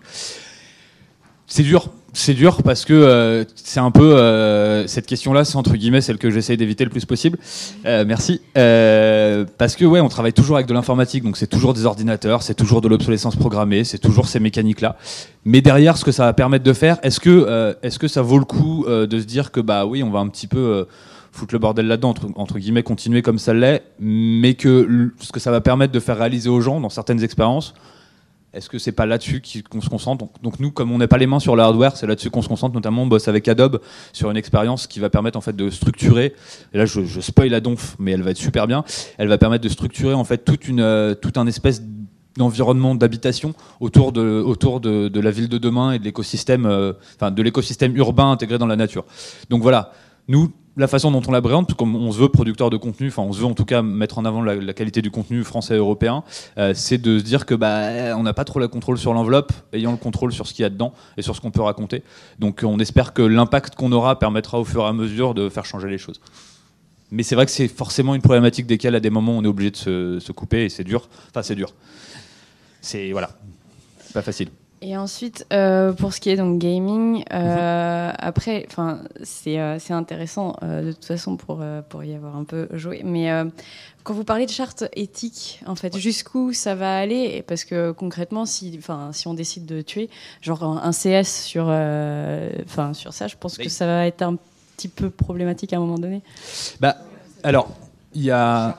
C'est dur, c'est dur parce que euh, c'est un peu euh, cette question-là, c'est entre guillemets celle que j'essaye d'éviter le plus possible. Euh, merci. Euh, parce que ouais, on travaille toujours avec de l'informatique, donc c'est toujours des ordinateurs, c'est toujours de l'obsolescence programmée, c'est toujours ces mécaniques-là. Mais derrière, ce que ça va permettre de faire, est-ce que euh, est-ce que ça vaut le coup euh, de se dire que bah oui, on va un petit peu euh, foutre le bordel là-dedans, entre, entre guillemets, continuer comme ça l'est, mais que l- ce que ça va permettre de faire réaliser aux gens dans certaines expériences. Est-ce que c'est pas là-dessus qu'on se concentre ? donc, donc nous, comme on n'a pas les mains sur le hardware, c'est là-dessus qu'on se concentre. Notamment, on bosse avec Adobe sur une expérience qui va permettre en fait de structurer. Et là, je, je spoil la donf, mais elle va être super bien. Elle va permettre de structurer en fait toute une, euh, tout un espèce d'environnement d'habitation autour de, autour de, de la ville de demain et de l'écosystème, euh, enfin de l'écosystème urbain intégré dans la nature. Donc voilà, nous. La façon dont on l'appréhende, parce qu'on se veut producteur de contenu, enfin on se veut en tout cas mettre en avant la, la qualité du contenu français et européen, euh, c'est de se dire que bah on n'a pas trop le contrôle sur l'enveloppe, ayant le contrôle sur ce qu'il y a dedans et sur ce qu'on peut raconter. Donc on espère que l'impact qu'on aura permettra au fur et à mesure de faire changer les choses. Mais c'est vrai que c'est forcément une problématique desquelles à des moments on est obligé de se, se couper et c'est dur. Enfin c'est dur. C'est voilà, pas facile. Et ensuite, euh, pour ce qui est donc gaming, euh, mmh. après, enfin, c'est euh, c'est intéressant euh, de toute façon pour euh, pour y avoir un peu joué. Mais euh, quand vous parlez de charte éthique, en fait, ouais. jusqu'où ça va aller ? Parce que concrètement, si, enfin, si on décide de tuer, genre un, un C S sur, enfin, euh, sur ça, je pense oui. que ça va être un petit peu problématique à un moment donné. Bah, alors, il y a.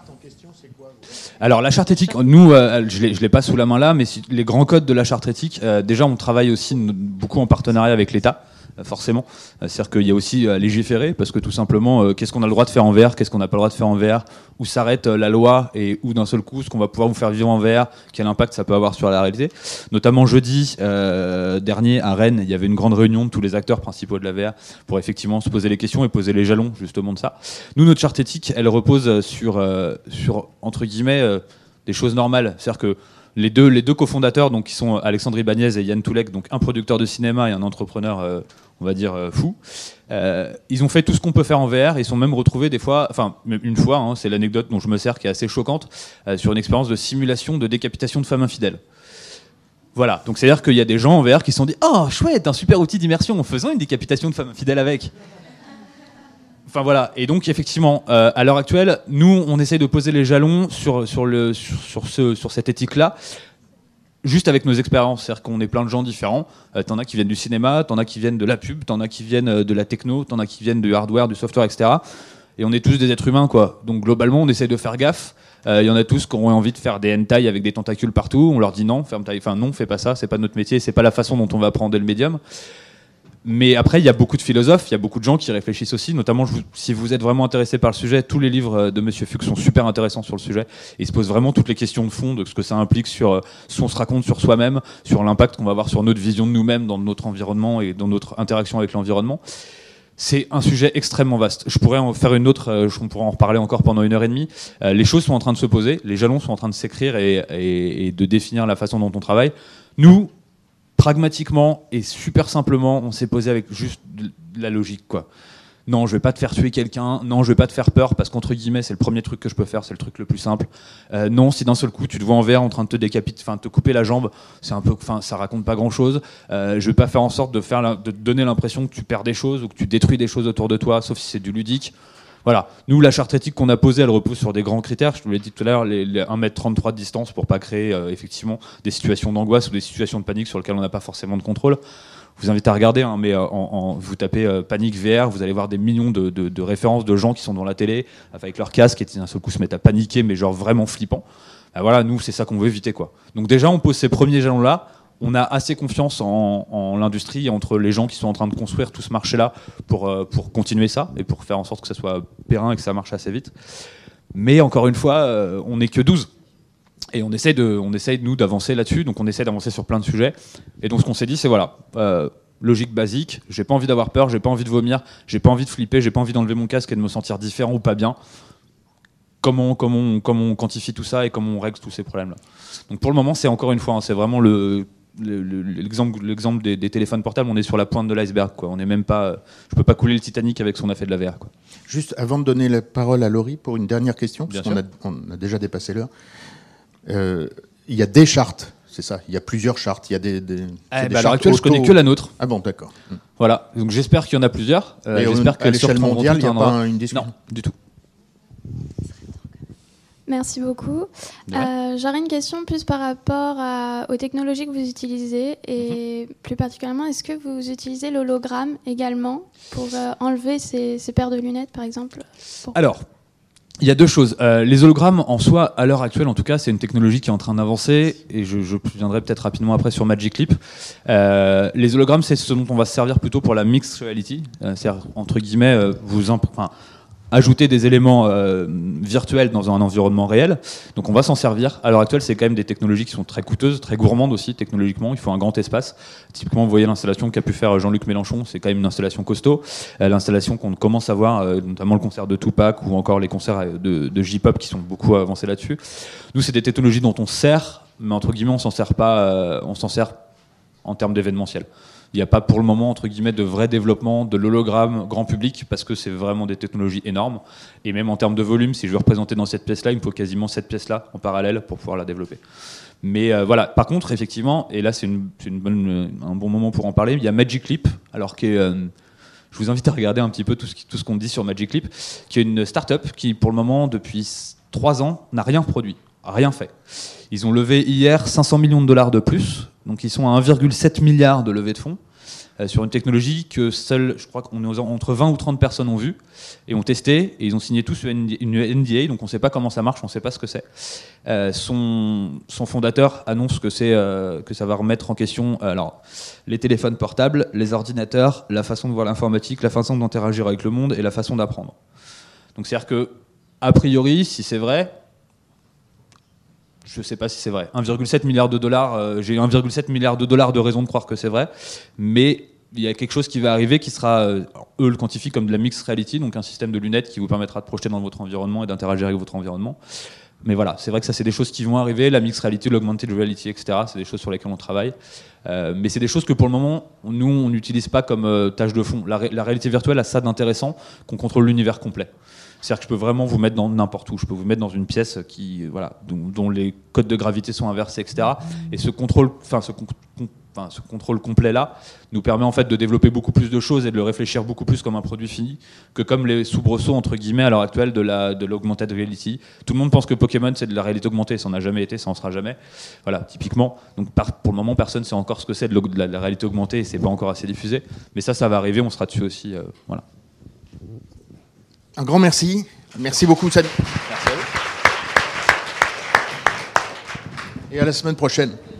Alors la charte éthique, nous, euh, je ne l'ai pas sous la main là, mais si, les grands codes de la charte éthique, euh, déjà on travaille aussi beaucoup en partenariat avec l'État, euh, forcément. Euh, c'est-à-dire qu'il y a aussi à légiférer, parce que tout simplement, euh, qu'est-ce qu'on a le droit de faire en V R, qu'est-ce qu'on n'a pas le droit de faire en V R, où s'arrête euh, la loi et où d'un seul coup, ce qu'on va pouvoir vous faire vivre en V R, quel impact ça peut avoir sur la réalité. Notamment jeudi euh, dernier à Rennes, il y avait une grande réunion de tous les acteurs principaux de la V R pour effectivement se poser les questions et poser les jalons justement de ça. Nous, notre charte éthique, elle repose sur, euh, sur entre guillemets, euh, des choses normales. C'est-à-dire que les deux, les deux cofondateurs, donc, qui sont Alexandre Ibanez et Yann Toulek, donc un producteur de cinéma et un entrepreneur, euh, on va dire, euh, fou. Euh, ils ont fait tout ce qu'on peut faire en V R. Ils sont même retrouvés des fois, enfin une fois, hein, c'est l'anecdote dont je me sers qui est assez choquante, euh, sur une expérience de simulation de décapitation de femmes infidèles. Voilà, donc c'est-à-dire qu'il y a des gens en V R qui se sont dit « Oh, chouette, un super outil d'immersion, faisons une décapitation de femmes infidèles avec !» Enfin voilà, et donc effectivement, euh, à l'heure actuelle, nous, on essaye de poser les jalons sur, sur, le, sur, sur, ce, sur cette éthique-là, juste avec nos expériences. C'est-à-dire qu'on est plein de gens différents. Euh, t'en as qui viennent du cinéma, t'en as qui viennent de la pub, t'en as qui viennent de la techno, t'en as qui viennent du hardware, du software, et cetera. Et on est tous des êtres humains, quoi. Donc globalement, on essaye de faire gaffe. Il euh, y en a tous qui ont envie de faire des hentai avec des tentacules partout. On leur dit non, ferme ta... enfin non, fais pas ça, c'est pas notre métier, c'est pas la façon dont on va appréhender le médium. Mais après, il y a beaucoup de philosophes, il y a beaucoup de gens qui réfléchissent aussi, notamment je vous, si vous êtes vraiment intéressé par le sujet, tous les livres de Monsieur Fuchs sont super intéressants sur le sujet. Et ils se posent vraiment toutes les questions de fond de ce que ça implique sur ce qu'on se raconte sur soi-même, sur l'impact qu'on va avoir sur notre vision de nous-mêmes dans notre environnement et dans notre interaction avec l'environnement. C'est un sujet extrêmement vaste. Je pourrais en faire une autre, on pourrait en reparler encore pendant une heure et demie. Euh, les choses sont en train de se poser, les jalons sont en train de s'écrire et, et, et de définir la façon dont on travaille. Nous, pragmatiquement et super simplement, on s'est posé avec juste de la logique, quoi. Non, je vais pas te faire tuer quelqu'un. Non, je vais pas te faire peur parce qu'entre guillemets, c'est le premier truc que je peux faire, c'est le truc le plus simple. Euh, non, si d'un seul coup tu te vois en V R en train de te décapiter, enfin te couper la jambe, c'est un peu, enfin ça raconte pas grand-chose. Euh, je vais pas faire en sorte de faire, la, de te donner l'impression que tu perds des choses ou que tu détruis des choses autour de toi, sauf si c'est du ludique. Voilà. Nous, la charte éthique qu'on a posée, elle repose sur des grands critères. Je vous l'ai dit tout à l'heure, les, les un mètre trente-trois de distance pour pas créer euh, effectivement des situations d'angoisse ou des situations de panique sur lesquelles on n'a pas forcément de contrôle. Je vous invite à regarder, hein, mais euh, en, en, vous tapez euh, panique V R, vous allez voir des millions de, de, de références de gens qui sont devant la télé avec leur casque et d'un seul coup se mettent à paniquer, mais genre vraiment flippant. Ben voilà, nous, c'est ça qu'on veut éviter, quoi. Donc déjà, on pose ces premiers jalons-là. On a assez confiance en, en l'industrie, entre les gens qui sont en train de construire tout ce marché-là pour, euh, pour continuer ça et pour faire en sorte que ça soit périn et que ça marche assez vite. Mais encore une fois, euh, on n'est que douze. Et on essaye, de, on essaye, nous, d'avancer là-dessus. Donc on essaie d'avancer sur plein de sujets. Et donc ce qu'on s'est dit, c'est voilà, euh, logique basique, j'ai pas envie d'avoir peur, j'ai pas envie de vomir, j'ai pas envie de flipper, j'ai pas envie d'enlever mon casque et de me sentir différent ou pas bien. Comment, comment, on, comment on quantifie tout ça et comment on règle tous ces problèmes-là. Donc pour le moment, c'est encore une fois, hein, c'est vraiment le... Le, le, l'exemple, l'exemple des, des téléphones portables, on est sur la pointe de l'iceberg, quoi. On est même pas, je peux pas couler le Titanic avec ce qu'on a fait de la V R, quoi. Juste avant de donner la parole à Laurie pour une dernière question, Bien parce qu'on a, on a déjà dépassé l'heure. Euh, il y a des chartes, c'est ça. Il y a plusieurs chartes. Il y a des. des, eh des bah à l'heure actuelle, auto... je connais que la nôtre. Ah bon, d'accord. Voilà. Donc j'espère qu'il y en a plusieurs. Euh, Et j'espère à l'échelle mondiale, il n'y a pas une discussion. Non, du tout. Merci beaucoup. Euh, J'aurais une question plus par rapport à, aux technologies que vous utilisez et mm-hmm. plus particulièrement, est-ce que vous utilisez l'hologramme également pour euh, enlever ces, ces paires de lunettes, par exemple pour... Alors, il y a deux choses. Euh, les hologrammes, en soi, à l'heure actuelle, en tout cas, c'est une technologie qui est en train d'avancer et je, je viendrai peut-être rapidement après sur Magic Leap. Euh, les hologrammes, c'est ce dont on va se servir plutôt pour la mixed reality. Euh, c'est-à-dire, entre guillemets, euh, vous imp... enfin, ajouter des éléments euh, virtuels dans un environnement réel. Donc on va s'en servir. À l'heure actuelle, c'est quand même des technologies qui sont très coûteuses, très gourmandes aussi technologiquement. Il faut un grand espace. Typiquement, vous voyez l'installation qu'a pu faire Jean-Luc Mélenchon, c'est quand même une installation costaud. Euh, l'installation qu'on commence à voir, euh, notamment le concert de Tupac ou encore les concerts de, de J-pop qui sont beaucoup avancés là-dessus. Nous, c'est des technologies dont on sert, mais entre guillemets, on s'en sert pas. Euh, on s'en sert en termes d'événementiel. Il n'y a pas pour le moment, entre guillemets, de vrai développement de l'hologramme grand public parce que c'est vraiment des technologies énormes. Et même en termes de volume, si je veux représenter dans cette pièce-là, il me faut quasiment cette pièce-là en parallèle pour pouvoir la développer. Mais euh, voilà. Par contre, effectivement, et là c'est, une, c'est une bonne, un bon moment pour en parler, il y a Magic Leap, alors que euh, je vous invite à regarder un petit peu tout ce, qui, tout ce qu'on dit sur Magic Leap, qui est une start-up qui, pour le moment, depuis trois ans, n'a rien produit, rien fait. Ils ont levé hier cinq cents millions de dollars de plus. Donc ils sont à un virgule sept milliard de levée de fonds euh, sur une technologie que seul, je crois qu'on est entre vingt ou trente personnes ont vu et ont testé et ils ont signé tous une N D A, donc on ne sait pas comment ça marche, on ne sait pas ce que c'est. Euh, son, son fondateur annonce que, c'est, euh, que ça va remettre en question alors, les téléphones portables, les ordinateurs, la façon de voir l'informatique, la façon d'interagir avec le monde et la façon d'apprendre. Donc c'est-à-dire que, a priori, si c'est vrai, je ne sais pas si c'est vrai. un virgule sept milliard de dollars, euh, j'ai un virgule sept milliard de dollars de raison de croire que c'est vrai, mais il y a quelque chose qui va arriver qui sera, euh, eux le quantifient comme de la mixed reality, donc un système de lunettes qui vous permettra de projeter dans votre environnement et d'interagir avec votre environnement. mais voilà, c'est vrai que ça, c'est des choses qui vont arriver. La mixed reality, l'augmented reality, et cetera. C'est des choses sur lesquelles on travaille. Euh, mais c'est des choses que pour le moment, nous, on n'utilise pas comme euh, tâche de fond. La, ré- la réalité virtuelle a ça d'intéressant qu'on contrôle l'univers complet. C'est-à-dire que je peux vraiment vous mettre dans n'importe où. Je peux vous mettre dans une pièce qui, voilà, dont, dont les codes de gravité sont inversés, et cetera. Et ce contrôle, enfin, ce, con, con, enfin, ce contrôle complet-là nous permet en fait de développer beaucoup plus de choses et de le réfléchir beaucoup plus comme un produit fini que comme les soubresauts entre guillemets à l'heure actuelle de la de l'augmented reality. Tout le monde pense que Pokémon c'est de la réalité augmentée, ça n'en a jamais été, ça en sera jamais. Voilà, typiquement. Donc par, pour le moment, personne ne sait encore ce que c'est de, de, la, de la réalité augmentée et c'est pas encore assez diffusé. Mais ça, ça va arriver, on sera dessus aussi. Euh, voilà. Un grand merci. Merci beaucoup, Samy. Merci à vous. Et à la semaine prochaine.